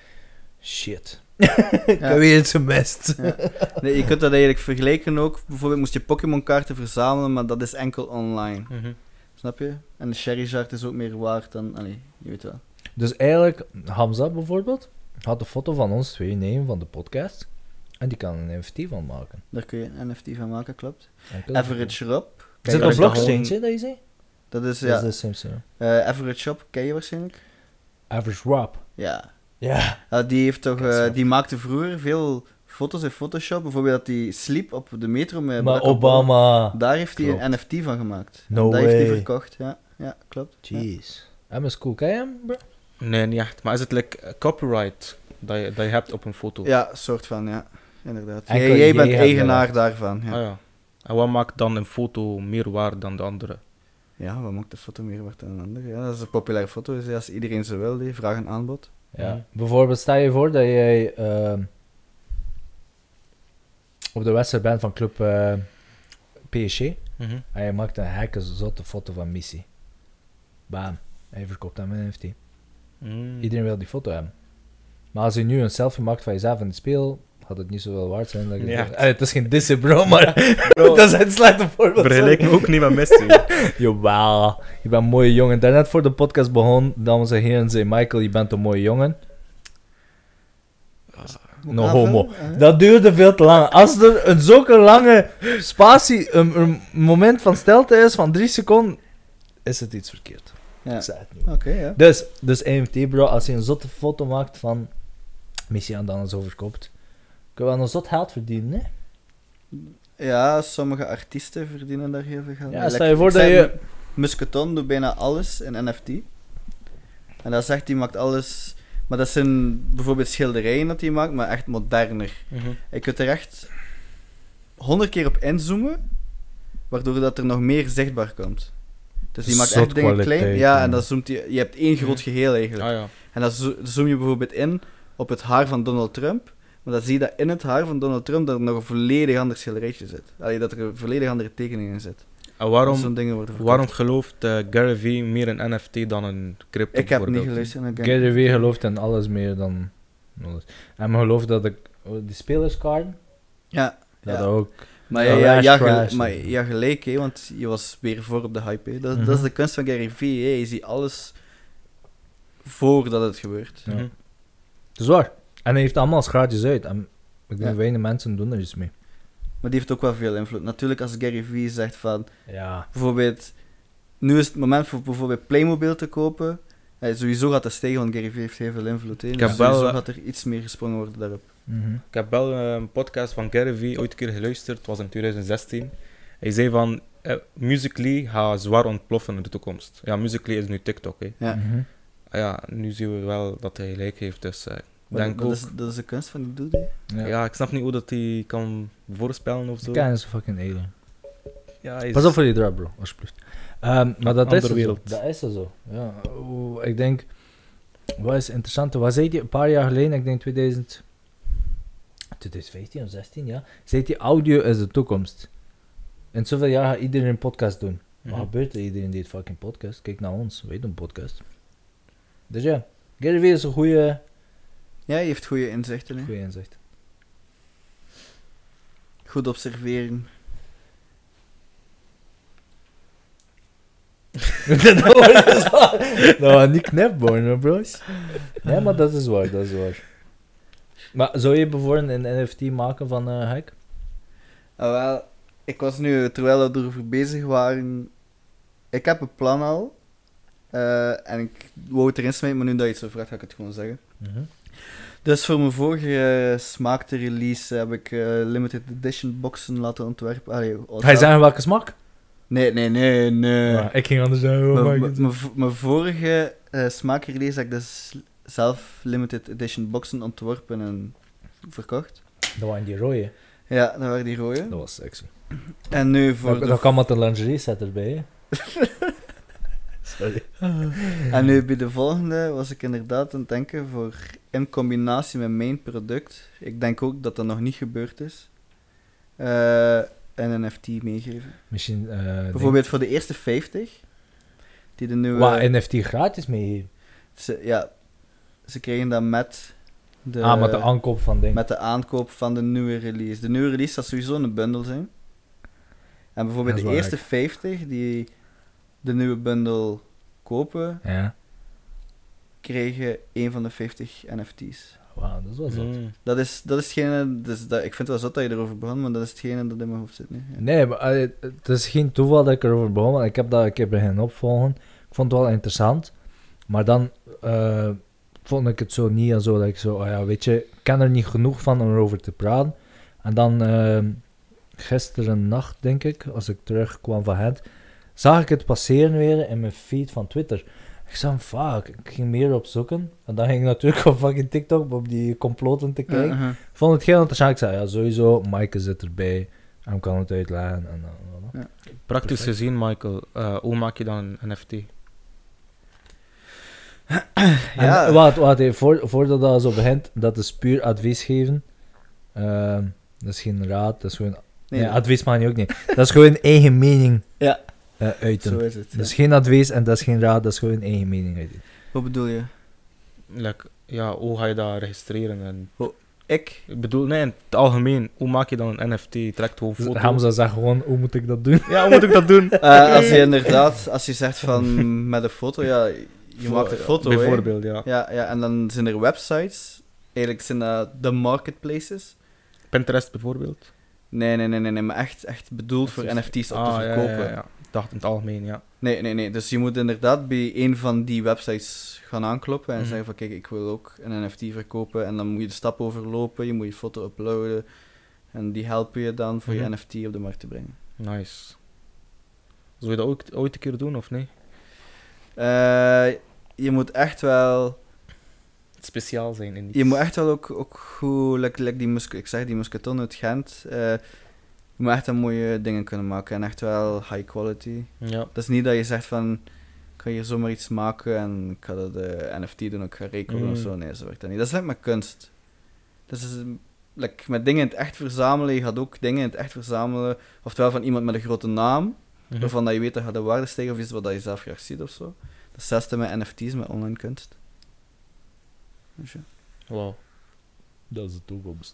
shit, ik Ja. heb weer iets gemist. Ja. Nee, je kunt dat eigenlijk vergelijken ook. Bijvoorbeeld moest je Pokémon-kaarten verzamelen, maar dat is enkel online. Mhm. Snap je? En de Charizard is ook meer waard dan... Allee, je weet wel. Dus eigenlijk, Hamza bijvoorbeeld, had een foto van ons twee nemen van de podcast. En die kan een N F T van maken. Daar kun je een N F T van maken, klopt. Enkel- Average Rob. Is ken het je op dat blockchain, gewoon- hè, dat je zei? Dat is, Dat ja... is de Simpson. eh, Average Rob, ken je waarschijnlijk? Average Rob. Ja. Ja. Uh, die, heeft toch, Ken eh, ze. die maakte vroeger veel foto's in Photoshop. Bijvoorbeeld dat hij sliep op de metro met Maar Barack Obama. Obama. Daar heeft hij Klopt. een N F T van gemaakt. No en dat heeft hij way. verkocht, ja. Ja, klopt. Ja. Jeez. Hem is cool. Ken je hem, bro? Nee, niet echt. Maar is het like eh, copyright dat je, dat je hebt op een foto? Ja, soort van, ja. Inderdaad. Enkel Jij, jij bent jij hebt eigenaar dat. daarvan. Ja. Ah, ja. En wat maakt dan een foto meer waard dan de andere? Ja, wat maakt de foto meer waard dan een ander? Ja, dat is een populaire foto. Dus als iedereen ze wil, die vraag en aanbod. Ja. Mhm. Bijvoorbeeld, stel je voor dat jij ehm, op de wedstrijd bent van club eh, P S G. Mhm. En je maakt een gekke zotte foto van Messi. Bam. En je verkoopt hem met een N F T. Mm. Iedereen wil die foto hebben. Maar als je nu een selfie maakt van jezelf in het speel, gaat het niet zoveel waard zijn. Dat je Ja. Eh, het is geen disse, bro, maar dat is een slechte voorbeeld. Vergelijk me ook niet met Messi. Jawel, je bent een mooie jongen. Daarnet voor de podcast begon, dames en heren, zei Michael, je bent een mooie jongen. No Ah, homo. veel, hè? Dat duurde veel te lang. Als er een zulke lange spatie, een, een moment van stilte is van drie seconden, is het iets verkeerd. Ja. Ik zei het niet. Oké, ja. Dus, dus N F T, bro, als je een zotte foto maakt van Messi en dan eens overkoopt, kun je wel een zot geld verdienen, hè? Ja, sommige artiesten verdienen daar heel veel geld. Ja, mee. stel Like, je voor ik dat zei, je... Musketon doet bijna alles in N F T. En dat zegt, hij maakt alles... Maar dat zijn bijvoorbeeld schilderijen dat hij maakt, maar echt moderner. Mhm. Je kunt er echt honderd keer op inzoomen, waardoor dat er nog meer zichtbaar komt. Dus die maakt Zot echt dingen klein. kwaliteit, Ja, ja. en dan zoomt je... Je hebt één groot geheel eigenlijk. Ah ja. En dan zo- zoom je bijvoorbeeld in op het haar van Donald Trump. Maar dan zie je dat in het haar van Donald Trump dat er nog een volledig ander schilderijtje zit. Allee, dat er een volledig andere tekening in zit. En Als waarom, zo'n dingen worden verkocht. waarom gelooft eh, Gary Vee meer een N F T dan een crypto? Ik heb niet bijvoorbeeld? geluisterd naar Gary. Gary Vee gelooft in alles meer dan alles. En men gelooft dat ik... Die spelerskaarten, Ja, dat ja. ook... Maar Ja, ja, ja, ja, ja, trash, gel- maar hè. ja, gelijk, hè, want je was weer voor op de hype. Hè. Dat, Mhm. dat is de kunst van Gary Vee. Hè. Je ziet alles voordat het gebeurt. Ja. Mhm. Het is waar. En hij heeft allemaal als gratis uit. En ik denk Ja. weinig mensen doen er iets mee. Maar die heeft ook wel veel invloed. Natuurlijk, als Gary Vee zegt van... Ja. Bijvoorbeeld... Nu is het moment voor bijvoorbeeld Playmobil te kopen. Eh, sowieso gaat dat stijgen, want Gary Vee heeft heel veel invloed. Hè. Ik Dus heb wel, sowieso eh, gaat er iets meer gesprongen worden daarop. Mhm. Ik heb wel eh, een podcast van Gary Vee ooit een keer geluisterd. Het was in twintig zestien. Hij zei van... eh, Musical.ly gaat zwaar ontploffen in de toekomst. Ja, Musical.ly is nu TikTok. Hè. Ja. Mhm. Ah ja, nu zien we wel dat hij gelijk heeft. Dus eh, ik Maar denk dat, ook... is, dat is de kunst van die dude. hè. Ja. Ja, ik snap niet hoe dat hij kan voorspellen of zo. Ken is een fucking alien. Ja, hij is- Pas op voor die drop, bro, alsjeblieft. Ehm, maar dat is Andere er zo. wereld. Dat is er zo. Ja. Oeh, ik denk, wat is interessant? Wat zei die een paar jaar geleden? Ik denk tweeduizend, twintig vijftien of zestien, ja. Zei die audio is de toekomst. In zoveel jaar gaat iedereen een podcast doen. Mhm. Wat gebeurt er? Iedereen deed fucking podcast. Kijk naar ons, wij doen podcast. Dus ja, Gary Vee is een goede, Ja, je heeft goede inzichten. Hè. goede inzicht. Goed. Goed observeren. dat was waar. Nou, niet knapborn, bros. Nee, maar dat is waar, dat is waar. Maar zou je bijvoorbeeld een N F T maken van uh, Hike? Ah, wel, ik was nu, terwijl we erover bezig waren... Ik heb een plan al. Uh, en ik wou het erin smijten, maar nu dat je het zo vraagt, ga ik het gewoon zeggen. Mm-hmm. Dus voor mijn vorige uh, smaakte release heb ik uh, limited edition boxen laten ontwerpen. Allee, Ga je zeggen welke smaak? Nee, nee, nee, nee. Ja, ik ging anders zeggen. Oh Mijn- my God. mijn v- Mijn vorige uh, smaakrelease heb ik dus zelf limited edition boxen ontworpen en verkocht. Dat waren die rode. Ja, dat waren die rode. Dat was sexy. En nu voor Dan, de dan kan met een lingerie set erbij. Hè. Sorry. En nu bij de volgende was ik inderdaad aan het denken voor in combinatie met mijn product. Ik denk ook dat dat nog niet gebeurd is. Uh, een N F T meegeven. Misschien. Uh, Bijvoorbeeld voor de eerste vijftig. Die de nieuwe. Wat, N F T gratis mee? Ze, ja, ze kregen dat met de, ah, met de aankoop van dingen. met de aankoop van de nieuwe release. De nieuwe release zal sowieso een bundel zijn. En bijvoorbeeld Dat de is eerste waar, vijftig die de nieuwe bundel kopen, Ja. kregen een van de vijftig N F T's. Wauw, dat is wel zot. Mm. Dat is, dat is hetgene, dus dat, ik vind het wel zot dat je erover begon, maar dat is hetgene dat in mijn hoofd zit nu. Ja. Nee, maar allee, het is geen toeval dat ik erover begon, want ik heb dat een keer beginnen opvolgen. Ik vond het wel interessant, maar dan uh, vond ik het zo niet en zo dat ik zo, oh ja, weet je, ik ken er niet genoeg van om erover te praten. En dan uh, gisteren nacht, denk ik, als ik terugkwam van het, zag ik het passeren weer in mijn feed van Twitter. Ik zei, fuck, ik ging meer opzoeken. En dan ging ik natuurlijk op fucking TikTok op die comploten te kijken. Uh-huh. Ik vond het heel interessant. Ik zei, ja, sowieso, Maaike zit erbij. En kan het uitleggen. En, en, en, en. Praktisch Perfect. gezien, Michael, uh, hoe maak je dan een N F T? Ja. En, wacht, wacht even, voor, voordat dat zo begint, dat is puur advies geven. Ehm, dat is geen raad, dat is gewoon... Nee, Nee, advies mag je ook niet. Dat is gewoon eigen mening Ja. uh, uiten. Zo is het. Dat is ja. geen advies en dat is geen raad, dat is gewoon eigen mening uiten. Wat bedoel je? Like, ja, hoe ga je dat registreren? En, Ik? ik bedoel, nee, in het algemeen, hoe maak je dan een N F T? Je trekt gewoon foto. Hamza zegt gewoon, hoe moet ik dat doen? Ja, hoe moet ik dat doen? Uh, als je inderdaad, als je zegt van met een foto, ja, je maakt een foto, hè. Bijvoorbeeld, ja. Ja, ja, en dan zijn er websites. Eigenlijk zijn dat de marketplaces. Pinterest bijvoorbeeld. Nee, nee, nee, nee, nee, maar echt, echt bedoeld voor N F T's op te Ah, ja, verkopen. ja, ja, ja. Ik dacht in het algemeen, ja. Nee, nee, nee. Dus je moet inderdaad bij een van die websites gaan aankloppen en Mhm. zeggen van kijk, ik wil ook een N F T verkopen. En dan moet je de stap overlopen, je moet je foto uploaden. En die helpen je dan voor Mhm. je N F T op de markt te brengen. Nice. Zou je dat ooit, ooit een keer doen, of nee? Eh, je moet echt wel... Speciaal zijn in iets. Je moet echt wel ook, ook goed, like, like die musk, ik zeg die musketon uit Gent, eh, je moet echt wel mooie dingen kunnen maken en echt wel high quality. Ja. Dat is niet dat je zegt van, ik ga hier zomaar iets maken en ik ga dat uh, N F T doen, ik ga rekenen Mm. of zo. Nee, zo werkt dat niet. Dat is like met kunst. Dat is like, met dingen in het echt verzamelen, je gaat ook dingen in het echt verzamelen, oftewel van iemand met een grote naam, Mhm. waarvan dat je weet dat gaat de waarde stijgen of iets wat dat je zelf graag ziet of zo. Dat is hetzelfde met N F T's, met online kunst. Dus ja. Wauw. Dat is de toekomst.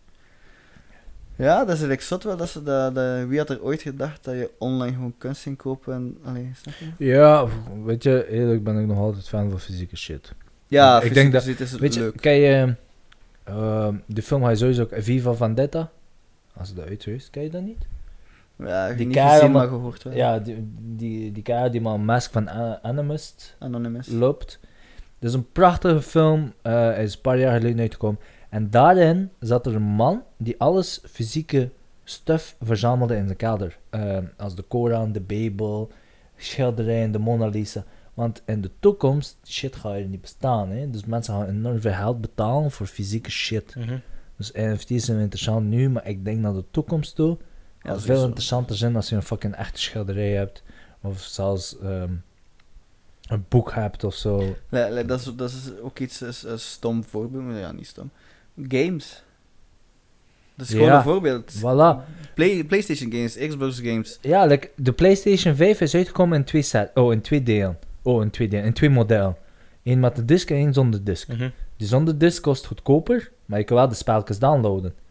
Ja, dat is eigenlijk zot wel. Dat ze, dat, dat, wie had er ooit gedacht dat je online gewoon kunst ging kopen en... Allee, snap je? Ja, weet je, eerlijk ben ik nog altijd fan van fysieke shit. Ja, Ik fysiek denk dat- gezien is het Weet je, leuk. ken je uh, de film hij sowieso ook Viva Vendetta? Als dat uit is, ken je dat niet? Ja, ik heb die niet kerel gezien, met- maar gehoord wel. Ja, die, die, die kerel die maar een mask van A- Animist Anonymous. loopt. Het is een prachtige film, uh, hij is een paar jaar geleden uitgekomen. En daarin zat er een man die alles fysieke stuff verzamelde in zijn kelder. Uh, als de Koran, de Bijbel, schilderijen, de Mona Lisa. Want in de toekomst, shit gaat er niet bestaan. Hè? Dus mensen gaan enorm veel geld betalen voor fysieke shit. Mhm. Dus N F T's zijn interessant nu, maar ik denk naar de toekomst toe. Ja, Ja, veel sowieso. interessanter zijn als je een fucking echte schilderij hebt. Of zelfs ehm, een boek hebt of zo. Le- le- dat, is, dat is ook iets, is, een stom voorbeeld, maar ja, niet stom. Games. Dat is gewoon Ja. een voorbeeld. Voilà. Play, PlayStation games, Xbox games. Ja, like, de PlayStation vijf is uitgekomen in twee set. Oh, in twee delen. Oh, in twee delen. In twee modellen. Eén met de disc en één zonder disc. Mhm. Die zonder disc kost goedkoper, maar je kan wel de spelletjes downloaden.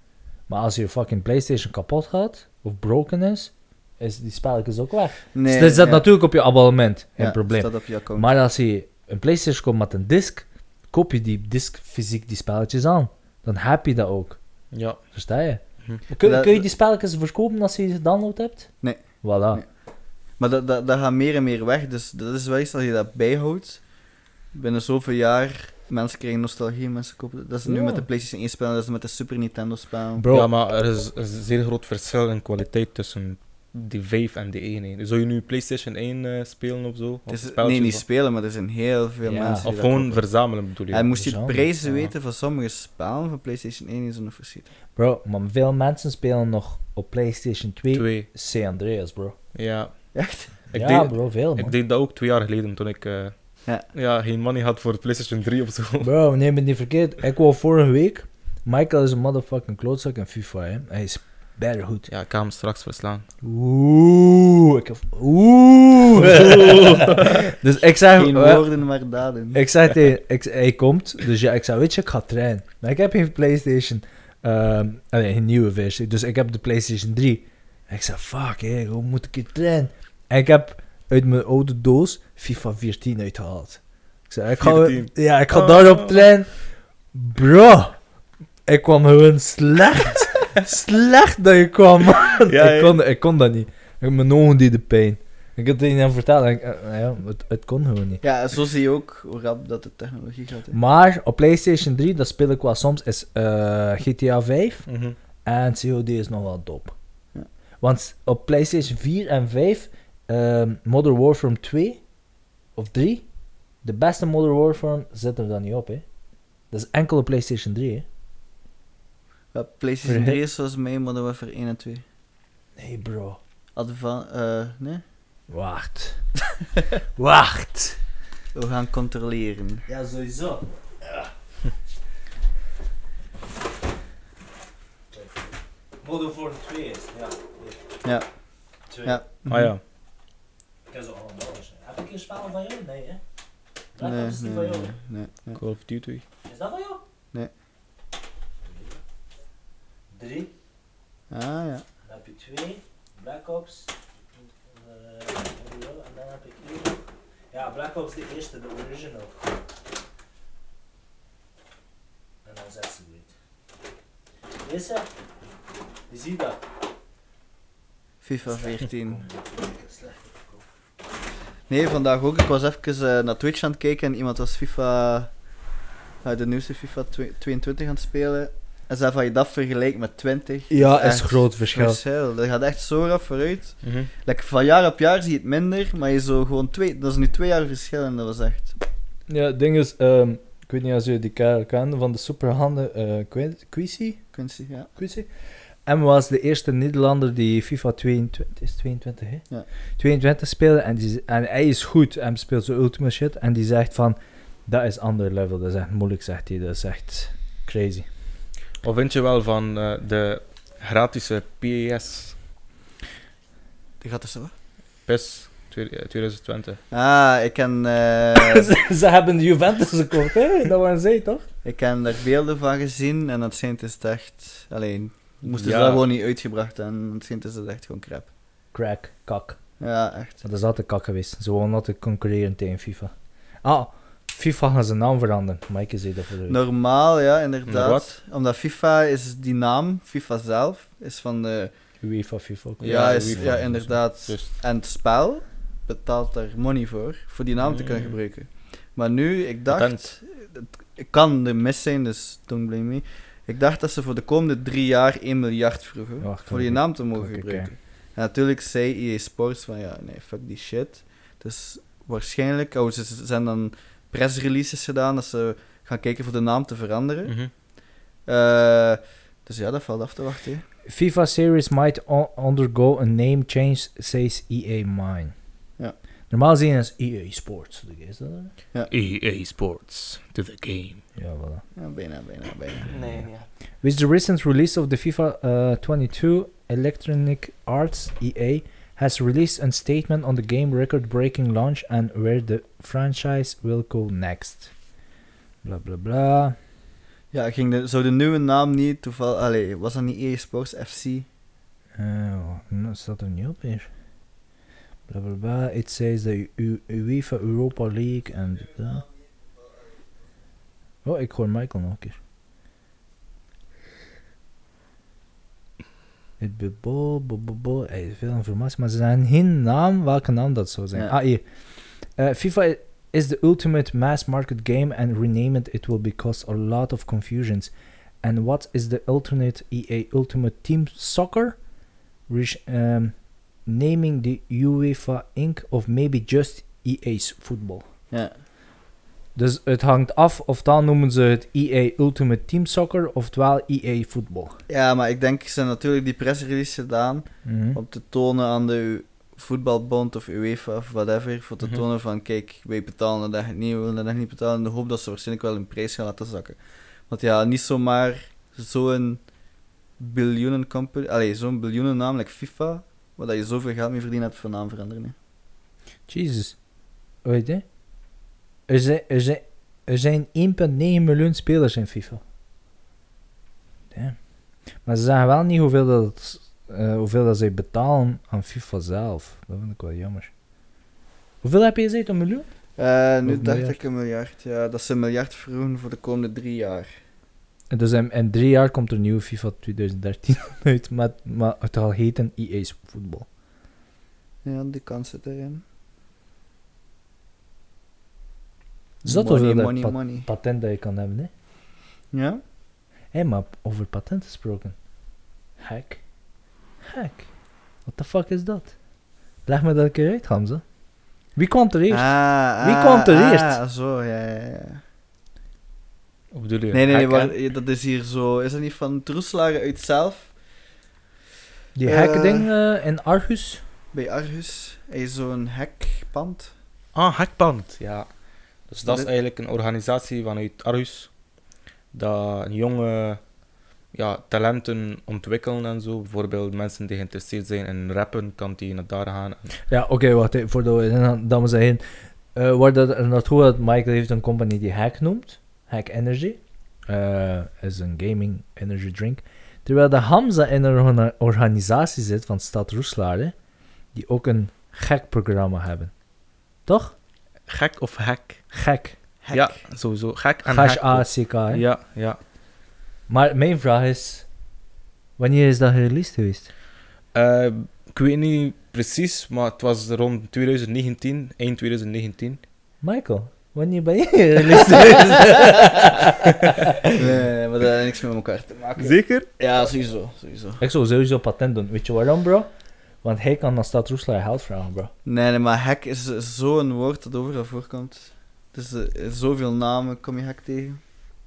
Maar als je fucking PlayStation kapot gaat, of broken is, is die spelletjes ook weg. Nee, dus dat staat ja. natuurlijk op je abonnement, geen Ja, probleem. staat op je account. Maar als je een PlayStation komt met een disc, koop je die disc fysiek die spelletjes aan. Dan heb je dat ook. Ja. Versta je? Mhm. Kun, Dat- kun je die spelletjes verkopen als je ze gedownload hebt? Nee. Voilà. Nee. Maar dat, dat, dat gaat meer en meer weg, dus dat is wel iets als je dat bijhoudt. Binnen zoveel jaar, mensen krijgen nostalgie, mensen kopen... Dat is nu Ja. met de PlayStation één spelen, dat is met de Super Nintendo spelen. Bro, Ja, maar er is, er is een zeer groot verschil in kwaliteit tussen die vijf en die één. hè. Zou je nu PlayStation één eh, spelen of zo? Of Het is, spelletjes nee, niet of- spelen, maar er zijn heel veel Ja. mensen die Of dat gewoon kopen. verzamelen bedoel je? En moest je de Verzamelen, prijzen ja. weten van sommige spellen van PlayStation één, is er nog verschieten. bro, maar veel mensen spelen nog op PlayStation twee Twee. San Andreas, bro. Ja. Echt? Ik, ja, deed, bro, veel, man. ik deed dat ook twee jaar geleden toen ik eh, Ja. ja, geen money had voor PlayStation drie of zo. Bro, neem het niet verkeerd. Ik wou vorige week... Michael is een motherfucking klootzak in FIFA, hè. Hij is better goed. Ja, ik ga hem straks verslaan. Oeh, ik heb... Oeh. Dus ik zeg... Geen eh, woorden, maar daden. ik zeg tegen... Ik, hij komt, dus ja, ik zei, weet je, ik ga trainen. Maar ik heb geen PlayStation... ehm nee, geen nieuwe versie. Dus ik heb de PlayStation drie. En ik zei, fuck, hé, hoe moet ik hier trainen? En ik heb uit mijn oude doos FIFA veertien uitgehaald. Ik zei, ik ga, veertien. ja, ik ga Oh. daarop trainen. Bro, ik kwam gewoon slecht. slecht dat je kwam, man. Ja, ik, ja. kon, ik kon dat niet. Ik, mijn ogen deden pijn. Ik had tegen hem verteld. En ik, eh, ja, het, het kon gewoon niet. Ja, zo zie je ook hoe rap dat de technologie gaat. Hè. Maar op PlayStation drie, dat speel ik wel soms, is eh, G T A vijf. Mhm. En C O D is nog wel dop. Ja. Want op PlayStation vier en vijf, ehm, Modern Warfare twee of drie, de beste Modern Warfare zit er dan niet op, hè. Dat is enkel op PlayStation drie, hè. Ja, PlayStation Verhit. drie is zoals mij Modern Warfare één en twee. Nee, bro. Advan eh nee? Wacht. Wacht. We gaan controleren. Ja, sowieso. Ja. Modern Warfare twee is, ja. Ja. Twee. Ja. Ah ja. Ik heb ze allemaal eens. Heb ik een spel van jou? Nee, hè? Black Nee, Ops is die nee, van jou. nee, nee, nee. Call of Duty. Is dat van jou? Nee. Drie. Ah ja. Dan heb je twee. Black Ops. eh, en dan heb ik één. Ja, Black Ops de eerste, de original. En dan zet ze weer. Deze? Je ziet dat. FIFA veertien. Nee, vandaag ook. Ik was even eh, naar Twitch aan het kijken en iemand was FIFA, uh, de nieuwste FIFA twe- tweeëntwintig aan het spelen. En zei van je dat vergelijkt met twintig. Ja, dat is echt groot verschil. Dat gaat echt zo rap vooruit. Mhm. Like, van jaar op jaar zie je het minder, maar je zo gewoon twee, dat is nu twee jaar verschil en dat was echt. Ja, het ding is, ehm, ik weet niet als jullie die kerel kennen van de superhanden, eh Quisi? Quincy, ja. Quisi? En was de eerste Nederlander die FIFA tweeëntwintig, is tweeëntwintig hè? Ja. tweeëntwintig speelde en, die, en hij is goed en speelt zo ultimate shit en die zegt van, dat is ander level, dat is echt moeilijk, zegt hij, dat is echt crazy. Wat vind je wel van eh, de gratis P S? Die gaat er zo. P E S twintig twintig. Ah, ik ken, eh, ze, ze hebben de Juventus gekocht, hè? Dat waren zij toch? ik ken daar beelden van gezien en het schijnt is het echt, alleen, moesten ze Ja. dat gewoon niet uitgebracht en het schijnt is het echt gewoon crap. Crack, kak. Ja, echt. Dat is altijd kak geweest. Ze willen altijd concurreren tegen FIFA. Ah, FIFA gaan zijn naam veranderen. Mike zei dat voor u. Normaal, ja, Naar inderdaad. wat? Omdat FIFA is die naam, FIFA zelf, is van de... UEFA, FIFA. ook. Ja, Ja, is, UEFA. ja inderdaad. Juist. En het spel betaalt daar money voor, voor die naam te kunnen Mm. gebruiken. Maar nu, ik dacht... Patent. het- Ik kan er mis zijn, dus don't blame me. Ik dacht dat ze voor de komende drie jaar één miljard vroegen, Wacht, voor kan die ik- naam te mogen kan ik gebruiken. En natuurlijk zei E A Sports van, ja, nee, fuck die shit. Dus waarschijnlijk, oh, ze ze zijn dan pressreleases gedaan, dat ze gaan kijken voor de naam te veranderen. Mhm. Eh, dus ja, dat valt af te wachten. hè. FIFA series might o- undergo a name change, says E A Mine. Ja. Normaal zien is E A Sports. Is dat er? E A Sports to the game. Ja, voilà. Ja, bijna, bijna, bijna. Nee, ja. With the recent release of the FIFA uh, twenty-two, Electronic Arts E A has released a statement on the game record-breaking launch and where the franchise will go next. Bla bla bla. Ja, ging de, zou de nieuwe naam niet toevallig... Allee, was dat niet E A Sports F C? Uh, dat staat er niet op hier. Bla bla bla. It says the U- UEFA Europa League en... Uh. Oh, ik hoor Michael nog een keer. Het bebo, bobo, hey, veel informatie, maar ze zijn geen naam. Welke naam dat zou zijn? Ja. Ah, hier. Uh, FIFA is the ultimate mass market game and rename it, it will be cause a lot of confusions. And what is the alternate E A Ultimate Team Soccer? Re- um, naming the UEFA Incorporated of maybe just E A's Football. Ja. Dus het hangt af of dan noemen ze het E A Ultimate Team Soccer oftewel E A Football. Ja, maar ik denk, ze hebben natuurlijk die pressrelease gedaan Mm-hmm. om te tonen aan de U- voetbalbond of UEFA of whatever, voor te Mhm. tonen van, kijk, wij betalen dat echt niet, we willen dat echt niet betalen, in de hoop dat ze waarschijnlijk wel hun prijs gaan laten zakken. Want ja, niet zomaar zo'n biljoenen company, allee, zo'n biljoenen naam, like FIFA, waar dat je zoveel geld mee verdient hebt voor naam veranderen. Hè. Jesus. Weet je? Er zijn, er zijn, er zijn één komma negen miljoen spelers in FIFA. Damn. Maar ze zeggen wel niet hoeveel dat, het, uh, hoeveel dat zij betalen aan FIFA zelf. Dat vind ik wel jammer. Hoeveel heb je gezegd? Een miljoen? Uh, nu Of dacht miljard? ik een miljard, ja, dat is een miljard vergroen voor de komende drie jaar. En dus in, in drie jaar komt er nieuwe FIFA twintig dertien uit, maar, maar het zal heten E A's voetbal. Ja, die kans zit erin. Is dat money, hoeveel dat money, pat- money. patent dat je kan hebben, hè? Ja? Hé, maar over patent gesproken. Hack. Hack. What the fuck is dat? Leg me dat een keer uit, Hamza. Wie kwam er eerst? Ah, Wie ah, kwam er ah, eerst? zo, ja, ja, ja. Hoe bedoel je? Nee, nee, nee, Hacken? maar, dat is hier zo... Is dat niet van Troeslagen uit zelf? Die Eh. hackding uh, in Argus? Bij Argus. Hij is zo'n hackpand. Ah, Hackband, ja. Dus dat is Dit- eigenlijk een organisatie vanuit Argus. Dat jonge ja, talenten ontwikkelen en zo. Bijvoorbeeld mensen die geïnteresseerd zijn in rappen, kan die naar daar gaan. En- Ja, oké, okay, wacht even. Voordat we dan zeggen. Uh, waar dat er naartoe dat Michael heeft een company die Hack noemt. Hack Energy. Uh, is een gaming energy drink. Terwijl de Hamza in een orga- organisatie zit van Stad Roeslaar, hè, die ook een gek-programma hebben. Toch? Gek of hack? Gek. Hack. Ja, sowieso. Gek en Gash hack. A ook. C K, hè? Ja, ja. Maar mijn vraag is... Wanneer is dat gereleased geweest? Eh, ik weet niet precies, maar het was rond twintig negentien, eind twintig negentien. Michael, wanneer ben je gereleased geweest? Nee, maar dat heeft niks met elkaar te maken. Zeker? Ja, sowieso, sowieso. Ik zou sowieso patent doen. Weet je waarom, bro? Want hij kan naar Stad Roeslaar geld vragen, bro. Nee, nee, maar hack is is zo'n woord dat overal voorkomt. Dus er is zoveel namen kom je hack tegen.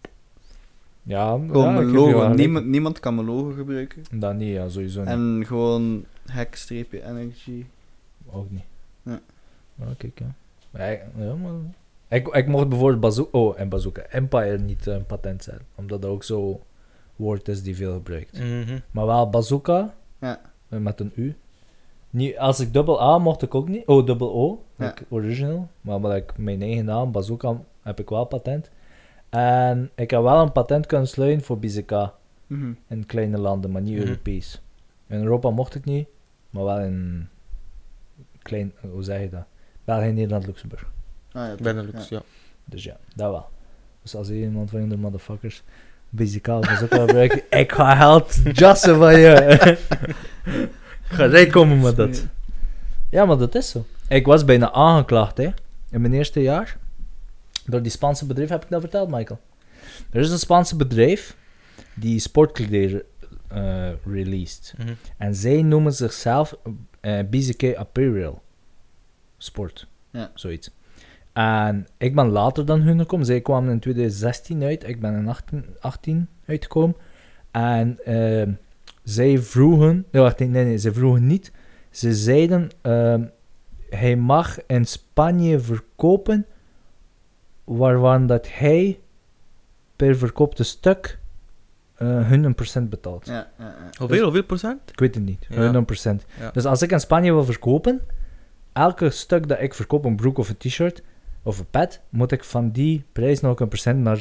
Ja, Gewoon ja, mijn ik geef je wel logo. gelijk. Niemand, niemand kan mijn logo gebruiken. Dat niet, ja, sowieso niet. En gewoon hack-energy. Ook niet. Ja. Maar kijk, ja. Maar ik, ja, maar... Ik, ik mocht bijvoorbeeld Bazooka... Oh, en Bazooka. Empire niet een patent zijn. Omdat dat ook zo woord is die veel gebruikt. Mhm. Maar wel Bazooka. Ja. eh, Met een U. Niet, als ik dubbel A mocht ik ook niet. Oh, dubbel O. Ja. Like original. Maar met like, mijn eigen naam, Bazooka, heb ik wel patent. En ik heb wel een patent kunnen sluiten voor B Z K. Mhm. In kleine landen, maar niet Mhm. Europees. In Europa mocht ik niet. Maar wel in... Klein... Hoe zeg je dat? België, Nederland, Luxemburg. Ah, ja, toch. Benelux, Ja. ja. Dus ja, dat wel. Dus als hier iemand van de motherfuckers Bazooka Bazooka gebruiken, ik ga geld jassen van je. Ga jij komen met dat. Ja, maar dat is zo. Ik was bijna aangeklaagd, hè. In mijn eerste jaar. Door die Spaanse bedrijf, heb ik dat verteld, Michael? Er is een Spaanse bedrijf die sportklederen eh released. Mhm. En zij noemen zichzelf eh B Z K Apparel Sport. Ja. Zoiets. En ik ben later dan hun gekomen. Zij kwamen in twintig zestien uit. Ik ben in achttien, achttien uitgekomen. En uh, zij vroegen... Nee, wacht, nee, nee, zij vroegen niet. Ze zeiden... Uh, hij mag in Spanje verkopen... waarvan dat hij per verkoopte stuk... Uh, hun een procent betaalt. Ja, ja, ja. Hoeveel, hoeveel procent? Ik weet het niet. Ja. Hun een procent. Ja. Dus als ik in Spanje wil verkopen... elke stuk dat ik verkoop, een broek of een t-shirt... of een pet, moet ik van die prijs nog een procent naar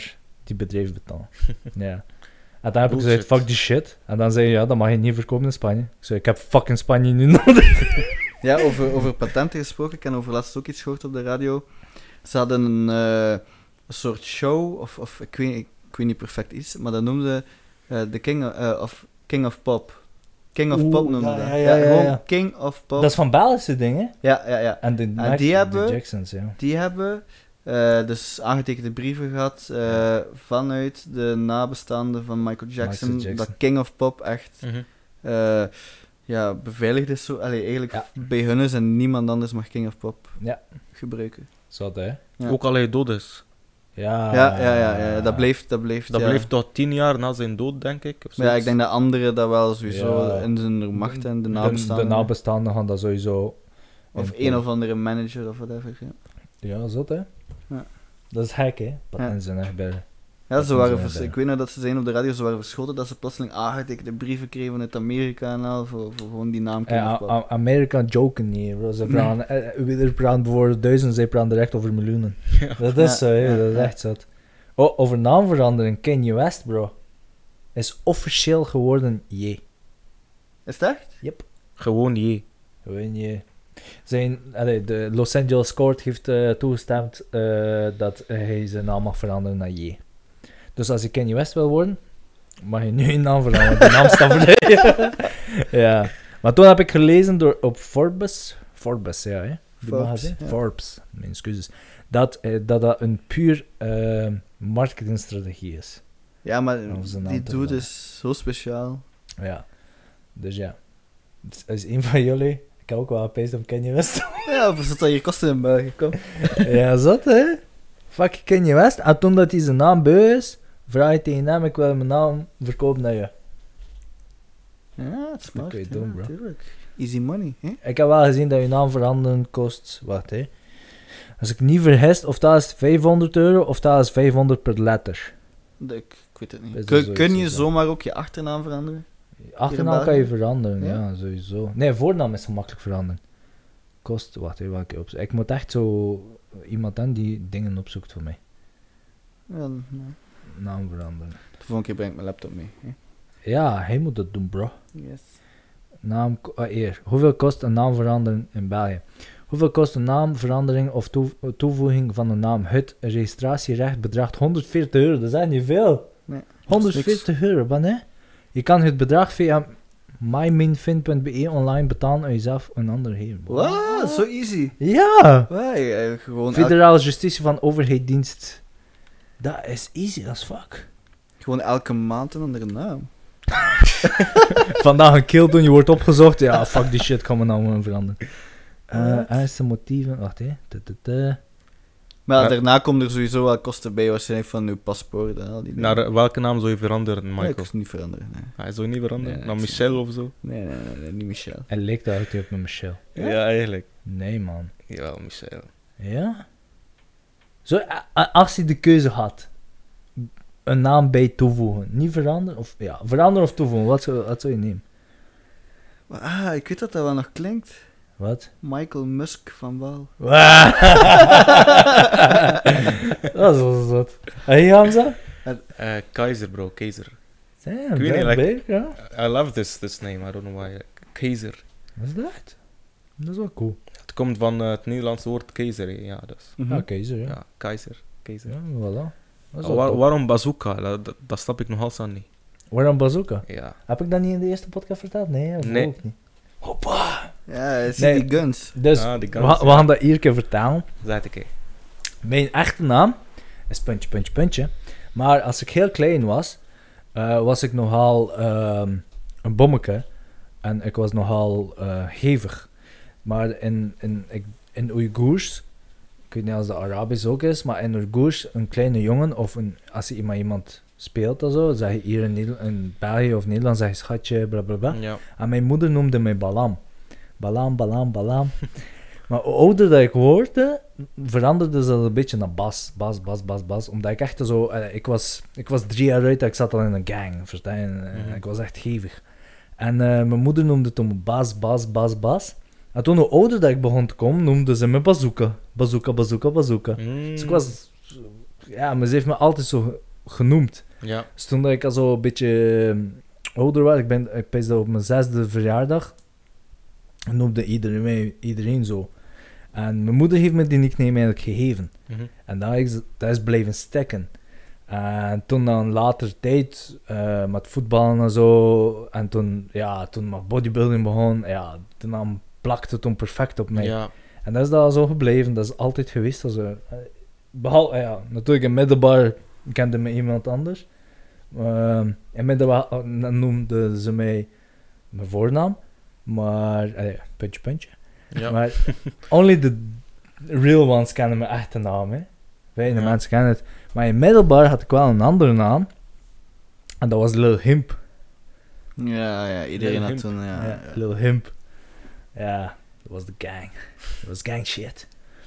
die bedrijf betalen. Ja. En dan heb ik Bullshit. gezegd, fuck die shit. En dan zei je, ja, dat mag je niet verkopen in Spanje. Ik zei, ik heb fucking Spanje nu nodig. Ja, over, over patenten gesproken. Ik heb over laatst ook iets gehoord op de radio. Ze hadden een, eh, een soort show, of, of ik, weet, ik weet niet perfect iets, maar dat noemde eh de King, eh, of, King of Pop. King of Oeh, Pop noemde ja, dat. ja, ja, ja, gewoon ja. King of Pop. Dat is van Belgische dingen. Ja, ja, ja. En de, Mac- die de hebben- Jacksons, ja. Die hebben eh, dus aangetekende brieven gehad eh, vanuit de nabestaanden van Michael Jackson, Michael Jackson. dat King of Pop echt Mhm. eh, ja, beveiligd is. Zo. Allee, eigenlijk Ja. bij hun is en niemand anders mag King of Pop Ja. gebruiken. Zat, hè? Ja. Ook al hij dood is. Ja, Ja, ja, ja, ja, dat bleef, dat bleef, Dat ja. bleef toch tien jaar na zijn dood, denk ik. Of Maar ja, ik zoiets. denk dat anderen dat wel sowieso Ja. in zijn macht en de De, nabestaanden. de nabestaanden gaan dat sowieso... of in- een of andere manager of whatever. Ja, Ja, zat, hè? Ja. Dat is gek, hè? Patenten zijn echt bij... ja Dat ze waren doen ze vers- net, ik weet nog dat ze zijn op de radio, ze waren verschoten dat ze plotseling aangetekende brieven kregen vanuit Amerika en al, voor, voor gewoon die naam King Ja, of Pop. A- Amerika joken niet, bro. Ze praten, eh, er praten bijvoorbeeld duizend, zij praten direct over miljoenen. Dat is Ja, zo, hè. ja, Dat is ja. echt zat. Oh, over naamverandering, Kanye West, bro. Is officieel geworden J. Is het echt? Gewoon je. Gewoon J. Zijn, allee, de Los Angeles Court heeft eh, toegestemd eh, dat hij zijn naam mag veranderen naar J. Dus als je Kanye West wil worden, mag je nu je naam veranderen. De naam staat voor je. Ja. Maar toen heb ik gelezen door, op Forbes, Forbes, ja, hè? Die Forbes, magazine? ja. Forbes, mijn excuses. Dat, eh, dat dat een puur eh, marketingstrategie is. Ja, maar Om zijn naam die te dude veranderen. is zo speciaal. Ja. Dus ja. Dus is een van jullie. Ik heb ook wel gepeest op Kanye West. Ja, wat zit dat hier kosten in België? Kom. Ja, zat hè? Fuck Kanye West. En toen dat hij zijn naam beu is, vraag je tegen hem, ik wil mijn naam verkopen naar je. Ja, het is smart. kun je ja, doen, bro. tuurlijk. Easy money, hè? Ik heb wel gezien dat je naam veranderen kost. Wat hè? Als ik niet vergis, of dat is vijfhonderd euro of dat is vijfhonderd per letter. Ik, ik weet het Is niet. er Kun, zoiets kun je als dat? zomaar ook je achternaam veranderen? Achternaam kan je België? veranderen, ja? Ja? sowieso. Nee, voornaam is gemakkelijk veranderen. Kost, wat hè, welke opzoeken. Ik moet echt zo iemand hebben die dingen opzoekt voor mij. Ja, dan- ja. Naam veranderen. De volgende keer breng ik mijn laptop mee. Hè? Ja, hij moet dat doen, bro. Yes. Naam, ko- ah, eer. Hoeveel kost een naam veranderen in België? Hoeveel kost een naamverandering of toe- toevoeging van een naam? Het registratierecht bedraagt honderdveertig euro. Dat is echt niet veel. Nee, honderdveertig euro, wat hè? Je kan het bedrag via myminfin punt be online betalen en jezelf een ander geven. Wat? Zo easy. Ja! Wat? Je- je gewoon, elk, Federale Justitie van Overheidsdienst. Dat is easy as fuck. gewoon elke maand een andere naam. Vandaag een kill doen, je wordt opgezocht. Ja, fuck die shit, kan me nou gewoon veranderen. Eh Wat? Eerste motieven, wacht hè. Tututu. Maar Ja. daarna komen er sowieso wel kosten bij, waarschijnlijk van uw paspoort en al die dingen. Naar welke naam zou je veranderen, Nee, Michael? ik kan niet veranderen. Nee, Hij zou je niet veranderen? Nee, Naar ik Michel of zo? nee, nee, nee, nee, niet Michel. Hij leek daar uit op met Michelle. Ja, eigenlijk. Nee, man. Jawel, Michel. Ja? Zo, a- a- als hij de keuze had, een naam bij toevoegen, niet veranderen, of ja, veranderen of toevoegen, wat zou, wat zou je nemen? Maar, ah, ik weet dat dat wel nog klinkt. Wat? Michael Musk van Waal. Dat is wel zot. Hey Hamza? Eh, Keizer, bro. Keizer. Damn, Ik weet niet, dat like- big, ja. I love this, this name. I don't know why. Keizer. Wat is dat? Dat is wel cool. Het komt van eh, het Nederlandse woord keizer, hè. Ja, dus. Mhm. Ja, keizer, ja. Ja, keizer. Keizer. Ja, voilà. Dat is Ah, wel waar- top. waarom bazooka? Dat, dat, dat snap ik nog altijd niet. Waarom bazooka? Ja. Heb ik dat niet in de eerste podcast verteld? Nee, of Nee. ook niet. Hoppa! Ja, hij ziet Nee. die guns. Dus, Ah, die we, guns, we ja. gaan dat hier keer vertellen. Zet ik, hè. Mijn echte naam is puntje, puntje, puntje. Maar als ik heel klein was, eh, was ik nogal ehm, een bommeke. En ik was nogal eh, hevig. Maar in, in, ik, in Oeigoers, ik weet niet als dat Arabisch ook is, maar in Oeigoers, een kleine jongen, of een, als je iemand, iemand speelt of zo, zeg je hier in, Nederland, in België of Nederland, zeg je schatje, bla bla bla. Ja. En mijn moeder noemde mij Balam. Balam, Balam, Balam. Maar hoe ouder dat ik hoorde, veranderde ze dat een beetje naar Bas. Bas, Bas, Bas, Bas. Omdat ik echt zo... eh, ik, was, ik was drie jaar uit, ik zat al in een gang. Versta je? Eh, Mhm. Ik was echt hevig. En eh, mijn moeder noemde het om Bas, Bas, Bas, Bas. En toen hoe ouder dat ik begon te komen, noemde ze me Bazooka. Bazooka, Bazooka, Bazooka. Mm. Dus ik was... Ja, maar ze heeft me altijd zo genoemd. Ja. Dus toen dat ik al zo een beetje uh, ouder was, ik ben ik ben op mijn zesde verjaardag, noemde iedereen, mij, iedereen zo. En mijn moeder heeft me die nickname eigenlijk gegeven. Mhm. En dat is, dat is blijven stekken. En toen dan later tijd, uh, met voetballen en zo, en toen, ja, toen mijn bodybuilding begon, ja, toen dan plakte het toen perfect op mij. Ja. En dat is dat zo gebleven, dat is altijd geweest. Dat zo. Behalve, ja, natuurlijk in middelbaar kende me iemand anders. Uh, in middelbaar noemden ze mij mijn voornaam, maar, allee, puntje, puntje. Ja. Maar only the real ones kennen mijn echte naam, hè. Weinig Ja. mensen kennen het. Maar in middelbaar had ik wel een andere naam. En dat was Lil Himp. Ja, ja, iedereen Lil had Himp. toen, ja. Ja, ja. Lil Himp. Ja, dat was de gang. Dat was gang shit.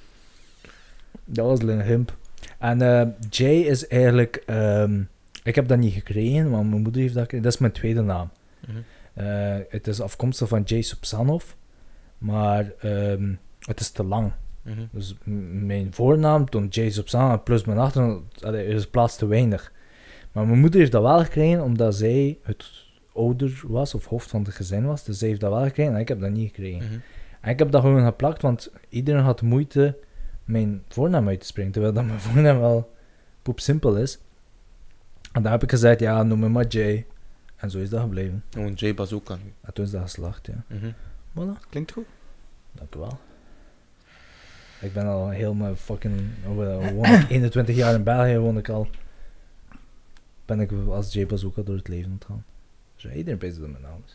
Dat was Lil Himp. En eh, Jay is eigenlijk... ehm, ik heb dat niet gekregen, want mijn moeder heeft dat gekregen. Dat is mijn tweede naam. Mhm. Eh, het is afkomstig van Jay Subsanov. Maar ehm, het is te lang. Mhm. Dus m- mijn voornaam, toen Jay Subsanov plus mijn achternaam, allee, er is plaats te weinig. Maar mijn moeder heeft dat wel gekregen, omdat zij het ouder was, of hoofd van het gezin was. Dus zij heeft dat wel gekregen en ik heb dat niet gekregen. Mhm. En ik heb dat gewoon geplakt, want iedereen had moeite mijn voornaam uit te spreken, terwijl dat mijn voornaam wel poep simpel is. En dan heb ik gezegd, ja, noem me maar Jay. En zo is dat gebleven. Gewoon Jay Bazooka nu. En toen is dat geslaagd, ja. Mhm. Voilà, Klinkt goed. dank u wel. Ik ben al heel mijn fucking... oh, eh, woon ik eenentwintig jaar in België, woon ik al... Ben ik als Jay Bazooka door het leven ontgaan. Dus ja, iedereen bezig dat mijn naam is.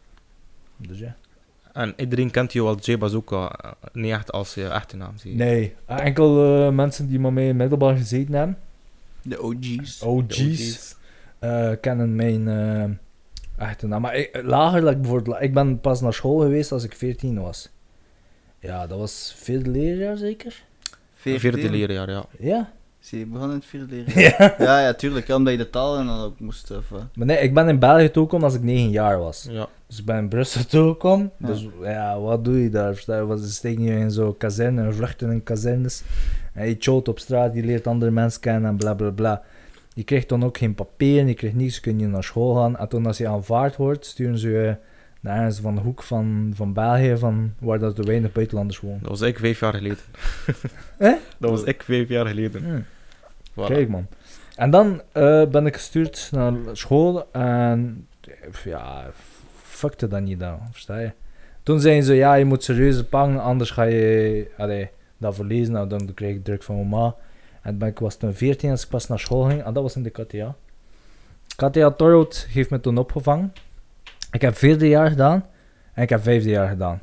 Dus ja. En iedereen kent jou als Jay Bazooka, eh, niet echt als je echte naam, zie je. Nee, enkel uh, mensen die met mij in middelbaar gezeten hebben, De O G's. O G's, uh, kennen mijn uh, echte naam. Maar ik, lager, like bijvoorbeeld, ik ben pas naar school geweest als ik veertien was. Ja, dat was vierde leerjaar zeker? Vierde leerjaar, ja. Ja. Zie je, begon in het vierde leerjaar. Ja. Ja, ja, tuurlijk. Ja, omdat je de taal en dan ook moest... Of, uh, Maar nee, ik ben in België toegekomen als ik negen jaar was. Ja. Dus ik ben in Brussel toegekomen. Ja. Dus ja, wat doe je daar? Versta je? Ze steken je in zo'n kazerne en vluchten in kazernes. En je chillt op straat, je leert andere mensen kennen en bla bla bla. Je krijgt dan ook geen papier, je krijgt niets, kun je naar school gaan. En toen als je aanvaard wordt, sturen ze je naar ergens van de hoek van, van België, van waar dat er weinig buitenlanders wonen. Dat was ik vijf jaar geleden. Eh? Dat was ik vijf jaar geleden. Hmm. Voilà. Kijk man. En dan eh, ben ik gestuurd naar school en ja, fuckte dat niet dan, versta je? Toen zeiden ze, ja, je moet serieuze pakken, anders ga je allee, dat verliezen. Nou, dan kreeg ik druk van mijn ma. En ben ik was toen veertien als ik pas naar school ging. En dat was in de K T A. K T A Torhout heeft me toen opgevangen. Ik heb vierde jaar gedaan. En ik heb vijfde jaar gedaan.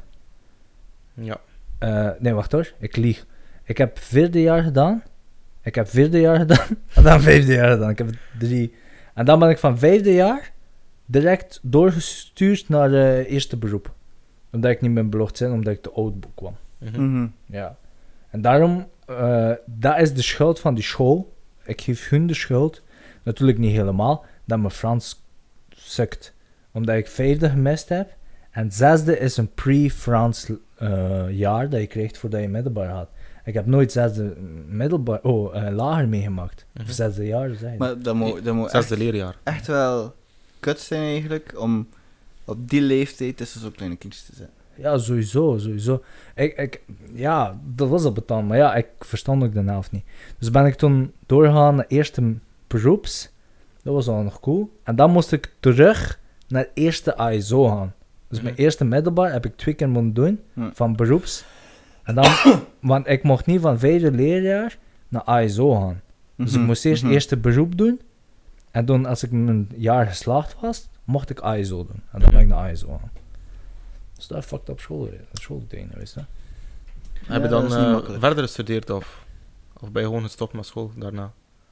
Ja. Uh, nee, wacht hoor. Ik lieg. Ik heb vierde jaar gedaan. Ik heb vierde jaar gedaan. En dan vijfde jaar gedaan. Ik heb drie. En dan ben ik van vijfde jaar direct doorgestuurd naar uh, eerste beroep. Omdat ik niet meer beloofd zijn, omdat ik te oud kwam. Mhm. mhm. Ja. En daarom, uh, dat is de schuld van die school. Ik geef hun de schuld. Natuurlijk niet helemaal. Dat mijn Frans sukt. Omdat ik vijfde gemist heb. En zesde is een pre-Frans uh, jaar dat je krijgt voordat je middelbaar gaat. Ik heb nooit zesde middelbaar, oh, uh, lager meegemaakt. Mhm. Of zesde jaar zijn. Maar dat moet, dat moet Zesde echt, leerjaar. echt wel kut zijn eigenlijk, om op die leeftijd tussen zo'n kleine kindjes te zijn. Ja, sowieso, sowieso. Ik, ik, ja, dat was al betaald, maar ja, ik verstand ook de helft niet. Dus ben ik toen doorgegaan naar eerste beroeps. Dat was al nog cool. En dan moest ik terug naar eerste A S O gaan. Dus mijn Mhm. eerste middelbaar heb ik twee keer moeten doen, Hm. van beroeps. En dan, want ik mocht niet van vijfde leerjaar naar A S O gaan. Dus ik Mhm, moest eerst mhm. eerste beroep doen. En dan, als ik mijn jaar geslaagd was, mocht ik A S O doen. En dan ben ik naar A S O gaan. Dus dat fucked up school, school geweest, hè. Heb je Ja, dan dat is niet eh, makkelijk. verder gestudeerd of, of ben je gewoon gestopt met school daarna?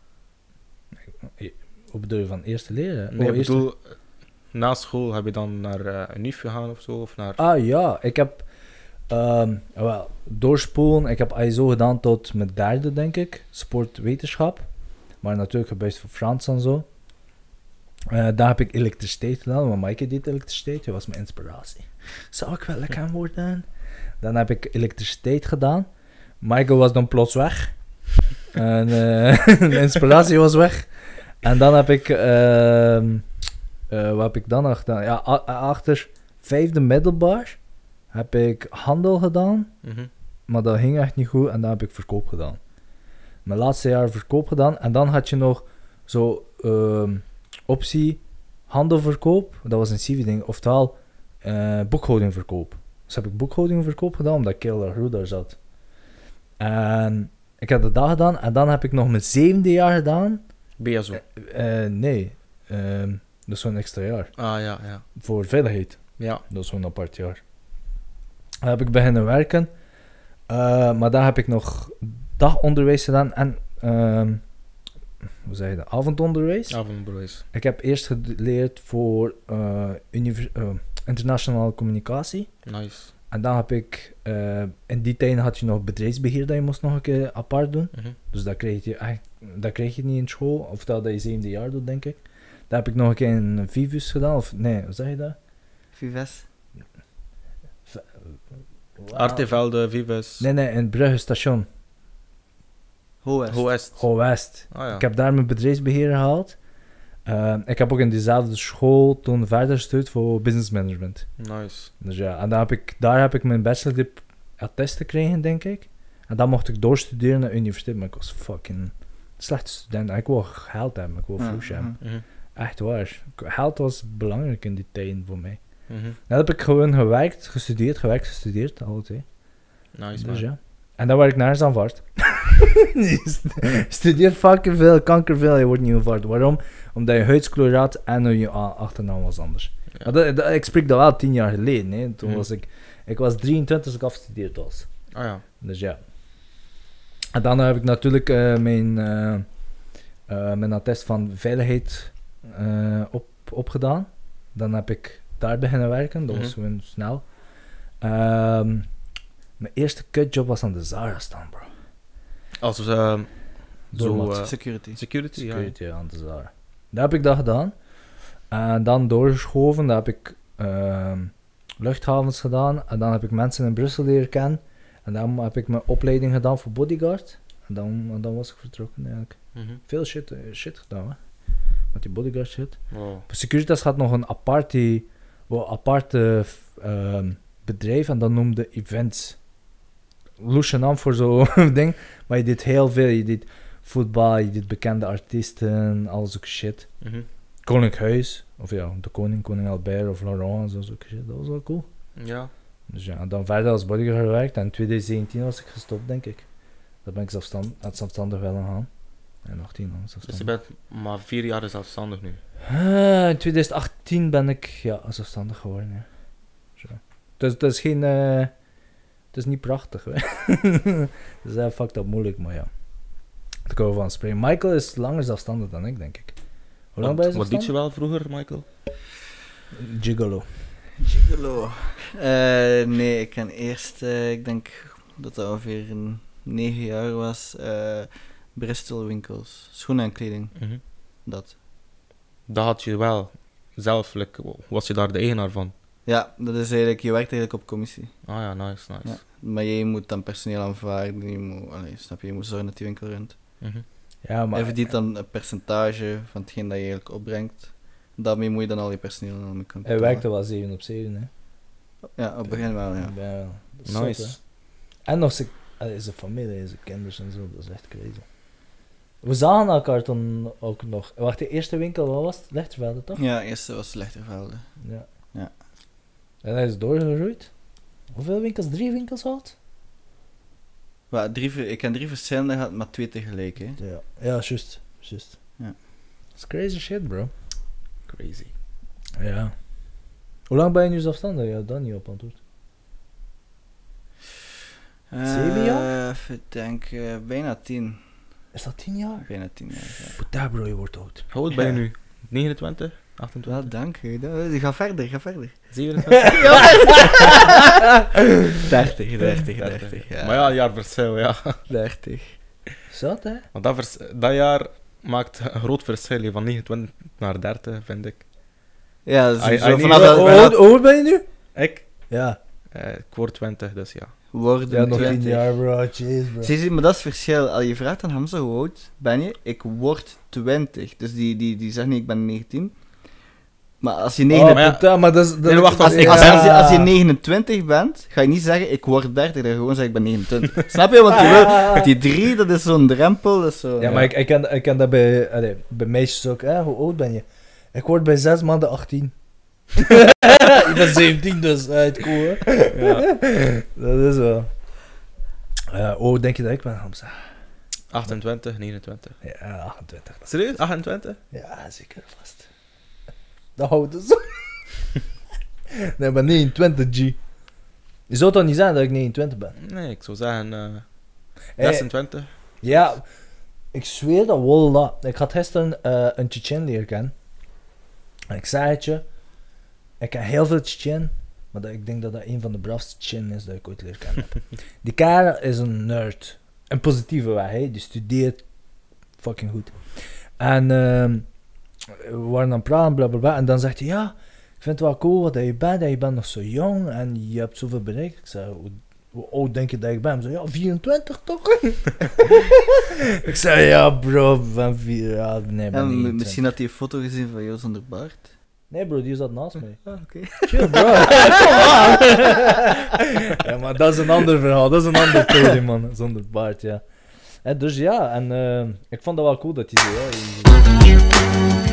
Hoe bedoel je van eerste leren? Nee, Oh, ik eerste- bedoel, na school heb je dan naar uh, een N I F gegaan of zo? Of naar... Ah ja, ik heb ehm wel, doorspoelen. Ik heb A S O gedaan tot mijn derde, denk ik. Sportwetenschap. Maar natuurlijk gebuist voor Frans en zo. Eh daar heb ik elektriciteit gedaan, want Maaike deed elektriciteit. Dat was mijn inspiratie. Zou ik wel lekker worden? Dan heb ik elektriciteit gedaan. Maaike was dan plots weg. En eh, de inspiratie was weg. En dan heb ik... ehm eh, wat heb ik dan nog gedaan? Ja, a- a- achter vijfde middelbaar heb ik handel gedaan. Mhm. Maar dat ging echt niet goed. En dan heb ik verkoop gedaan. Mijn laatste jaar verkoop gedaan. En dan had je nog zo ehm, optie handelverkoop. Dat was een C V-ding. Oftewel eh boekhoudingverkoop. Dus heb ik boekhoudingverkoop gedaan, omdat ik heel erg goed daar zat. En ik heb dat gedaan. En dan heb ik nog mijn zevende jaar gedaan. B S O. Eh, nee. Ehm, dat is zo'n extra jaar. Ah, ja, ja. Voor veiligheid. Ja. Dat is zo'n apart jaar. Dan heb ik beginnen werken. Eh, maar dan heb ik nog dagonderwijs gedaan en ehm, hoe zeg je dat? Avondonderwijs. Avondbroers. Ik heb eerst geleerd voor eh, univer- eh, internationale communicatie. Nice. En dan heb ik, eh, in die tijd had je nog bedrijfsbeheer dat je moest nog een keer apart doen. Mhm. Dus dat kreeg je, echt, dat kreeg je niet in school. Of dat je zevende jaar doet, denk ik. Dat heb ik nog een keer in Vivus gedaan. Of nee, hoe zeg je dat? Vives. Artevelde, Vives. Nee, nee, in Brugge station. Hoest. Hoest. Go West. Ah, ja. Ik heb daar mijn bedrijfsbeheer gehaald. Uh, ik heb ook in diezelfde school toen verder gestuurd voor business management. Nice. Dus ja, en dan heb ik, daar heb ik mijn bachelordip attest gekregen, denk ik. En dan mocht ik doorstuderen naar de universiteit, maar ik was fucking slechte student. En ik wou geld hebben, ik wou Ja, vloes hebben. Mhm. Echt waar. Geld was belangrijk in die tijd voor mij. Mhm. Dan heb ik gewoon gewerkt, gestudeerd, gewerkt, gestudeerd, alle twee. Nice, man. Dus ja. En dan werd ik naar aanvaard. Je studeert fucking veel, kanker veel, je wordt niet aanvaard. Waarom? Omdat je huidskleur had en je a- achternaam was anders. Ja. Maar dat, dat- ik spreek dat wel tien jaar geleden. Hè. Toen Mhm. was ik... Ik was drieëntwintig als ik afgestudeerd was. Ah, ja. Dus ja. En dan heb ik natuurlijk eh, mijn, eh, eh, mijn attest van veiligheid eh, op, opgedaan. Dan heb ik daar beginnen werken. Dat was Mhm. gewoon snel. Ehm, mijn eerste kutjob was aan de Zara staan, bro. Als uh, zo... Doormat. eh, Security. security, ja. Security aan de Zara. Daar heb ik dat gedaan. En dan doorgeschoven, daar heb ik ehm, luchthavens gedaan. En dan heb ik mensen in Brussel leren kennen. En dan heb ik mijn opleiding gedaan voor bodyguard. En dan, en dan was ik vertrokken eigenlijk. Mhm. Veel shit, eh, shit gedaan, hè. Met die bodyguard shit. Wow. Voor Securitas had nog een apart, die, wel aparte ehm, bedrijf. En dat noemde Events. Loesje naam voor zo'n ding. Maar je deed heel veel. Je deed voetbal, je deed bekende artiesten, al zulke shit. Mhm. Koninkhuis, of ja, de koning, koning Albert of Laurent, zo zulke shit. Dat was wel cool. Ja. Dus ja, en dan verder als bodyguard gewerkt. En in twintig zeventien was ik gestopt, denk ik. Dan ben ik zelfstand, het zelfstandig wel gaan. En achttien dan Dus je zelfstandig. bent maar vier jaar zelfstandig nu. Ah, in twintig achttien ben ik ja, zelfstandig geworden. Ja. Zo. Dus het is geen... eh, het is niet prachtig, hè. Het is uh, fucked up moeilijk, maar ja. Daar kunnen we van spreken. Michael is langer zelfstandig dan ik, denk ik. Hoe lang ben je Wat, wat deed je zelfstandig? wel vroeger, Michael? Gigolo. Gigolo. Eh, nee, ik ken eerst, eh, ik denk dat dat ongeveer een negen jaar was, eh Bristol winkels. Schoenen en kleding, Mhm. dat. Dat had je wel zelf, like, was je daar de eigenaar van? Ja, dat is eigenlijk, je werkt eigenlijk op commissie. Ah ja, nice, nice. Ja. Maar jij moet dan personeel aanvaarden, je moet, allee, snap je, je moet zorgen dat die winkel runt. Mhm. Ja, maar... Hij verdient dan een percentage van hetgeen dat je eigenlijk opbrengt. Daarmee moet je dan al je personeel aan de kant Hij werkte wel zeven op zeven, hè. Ja, op het begin wel, ja. Ja, wel. Dat is Nice. zot, hè. En nog zijn, allee, zijn familie, zijn kinderen en zo, dat is echt crazy. We zagen elkaar toen ook nog. Wacht, de eerste winkel, wat was het? Lichtervelde, toch? Ja, eerste was Lichtervelde. Ja. Ja. En hij is doorgegroeid. Hoeveel winkels? Drie winkels had? Maar drie, ver- ik ken drie verschillende gehad, maar twee tegelijk, hè. Ja. Ja, juist. Juist. Ja. Dat is crazy shit, bro. Crazy. Ja. Hoe lang ben je nu zelfstandig? Ja, dat niet op antwoord. Zeven jaar? Eh, Even denken, bijna tien. Is dat tien jaar? Bijna tien jaar, ja. Puta, bro, je wordt oud. Hoe oud ben je Ja. nu? negenentwintig? achtentwintig? Wel, dank je. Dat- Ga verder, ga verder. zevenentwintig? dertig, dertig, dertig. Ja. Maar ja, een jaar verschil, ja. dertig. Zat, hè? Want dat, vers- dat jaar maakt een groot verschil, hè, van negenentwintig naar dertig, vind ik. Ja, Ai- zo ai, vanaf niet- dat... Hoe vanaf- oud- hoe oud ben je nu? Ik? Ja. Eh, ik word twintig, dus ja. worden Ja, nog tien twintig. jaar, bro. Jeez, bro. Zie je, maar dat is het verschil. Als je vraagt aan Hamza, hoe oud ben je? Ik word twintig. Dus die, die, die zegt niet, ik ben negentien. Maar als je, Oh, negenentwintig, maar, ja, maar dat is... Dat Nee, wacht, als, ik als, ben- als, je, als je negenentwintig bent, ga je niet zeggen, ik word dertig. Dan gewoon zeggen, ik ben negenentwintig. Snap je? Want je wil, die drie, dat is zo'n drempel. Dat is zo, Ja, maar ik, ik, ken, ik ken dat bij, allee, bij meisjes ook. Hè? Hoe oud ben je? Ik word bij zes maanden achttien. Ik ben zeventien, dus uh, het cool, hè? Ja. Dat is wel. Uh, oh, denk je dat ik ben, Hamza? achtentwintig, negenentwintig. Ja, achtentwintig. Serieus? achtentwintig? Ja, zeker vast. Dat houdt het zo. Nee, ik ben negenentwintig, G. Je zou toch niet zeggen dat ik negenentwintig ben? Nee, ik zou zeggen uh, Hey, zesentwintig. ja, ik zweer dat wallah. Ik had gisteren uh, een Chechen leren kennen. En ik zei het je, ik ken heel veel Chechen, maar dat, ik denk dat dat een van de bravste Chechen is dat ik ooit leren kennen heb. Die kerel is een nerd. Een positieve weg, hè. Die studeert fucking goed. En uh, we waren aan het praten, bla bla bla. En dan zegt hij, ja, ik vind het wel cool wat je bent. En je bent nog zo jong en je hebt zoveel bereikt. Ik zei, hoe, hoe oud denk je dat ik ben? Hij zei, ja, vierentwintig toch? Ik zei, ja bro, ik ben vier. Ja, nee, ik ben En negenentwintig. misschien had hij een foto gezien van jou zonder baard. Nee bro, die zat naast mij. Ah, oké. Chill bro. Ja, maar dat is een ander verhaal. Dat is een ander story, man. Zonder baard, ja. En dus ja, en uh, ik vond dat wel cool dat hij zo, ja, hij-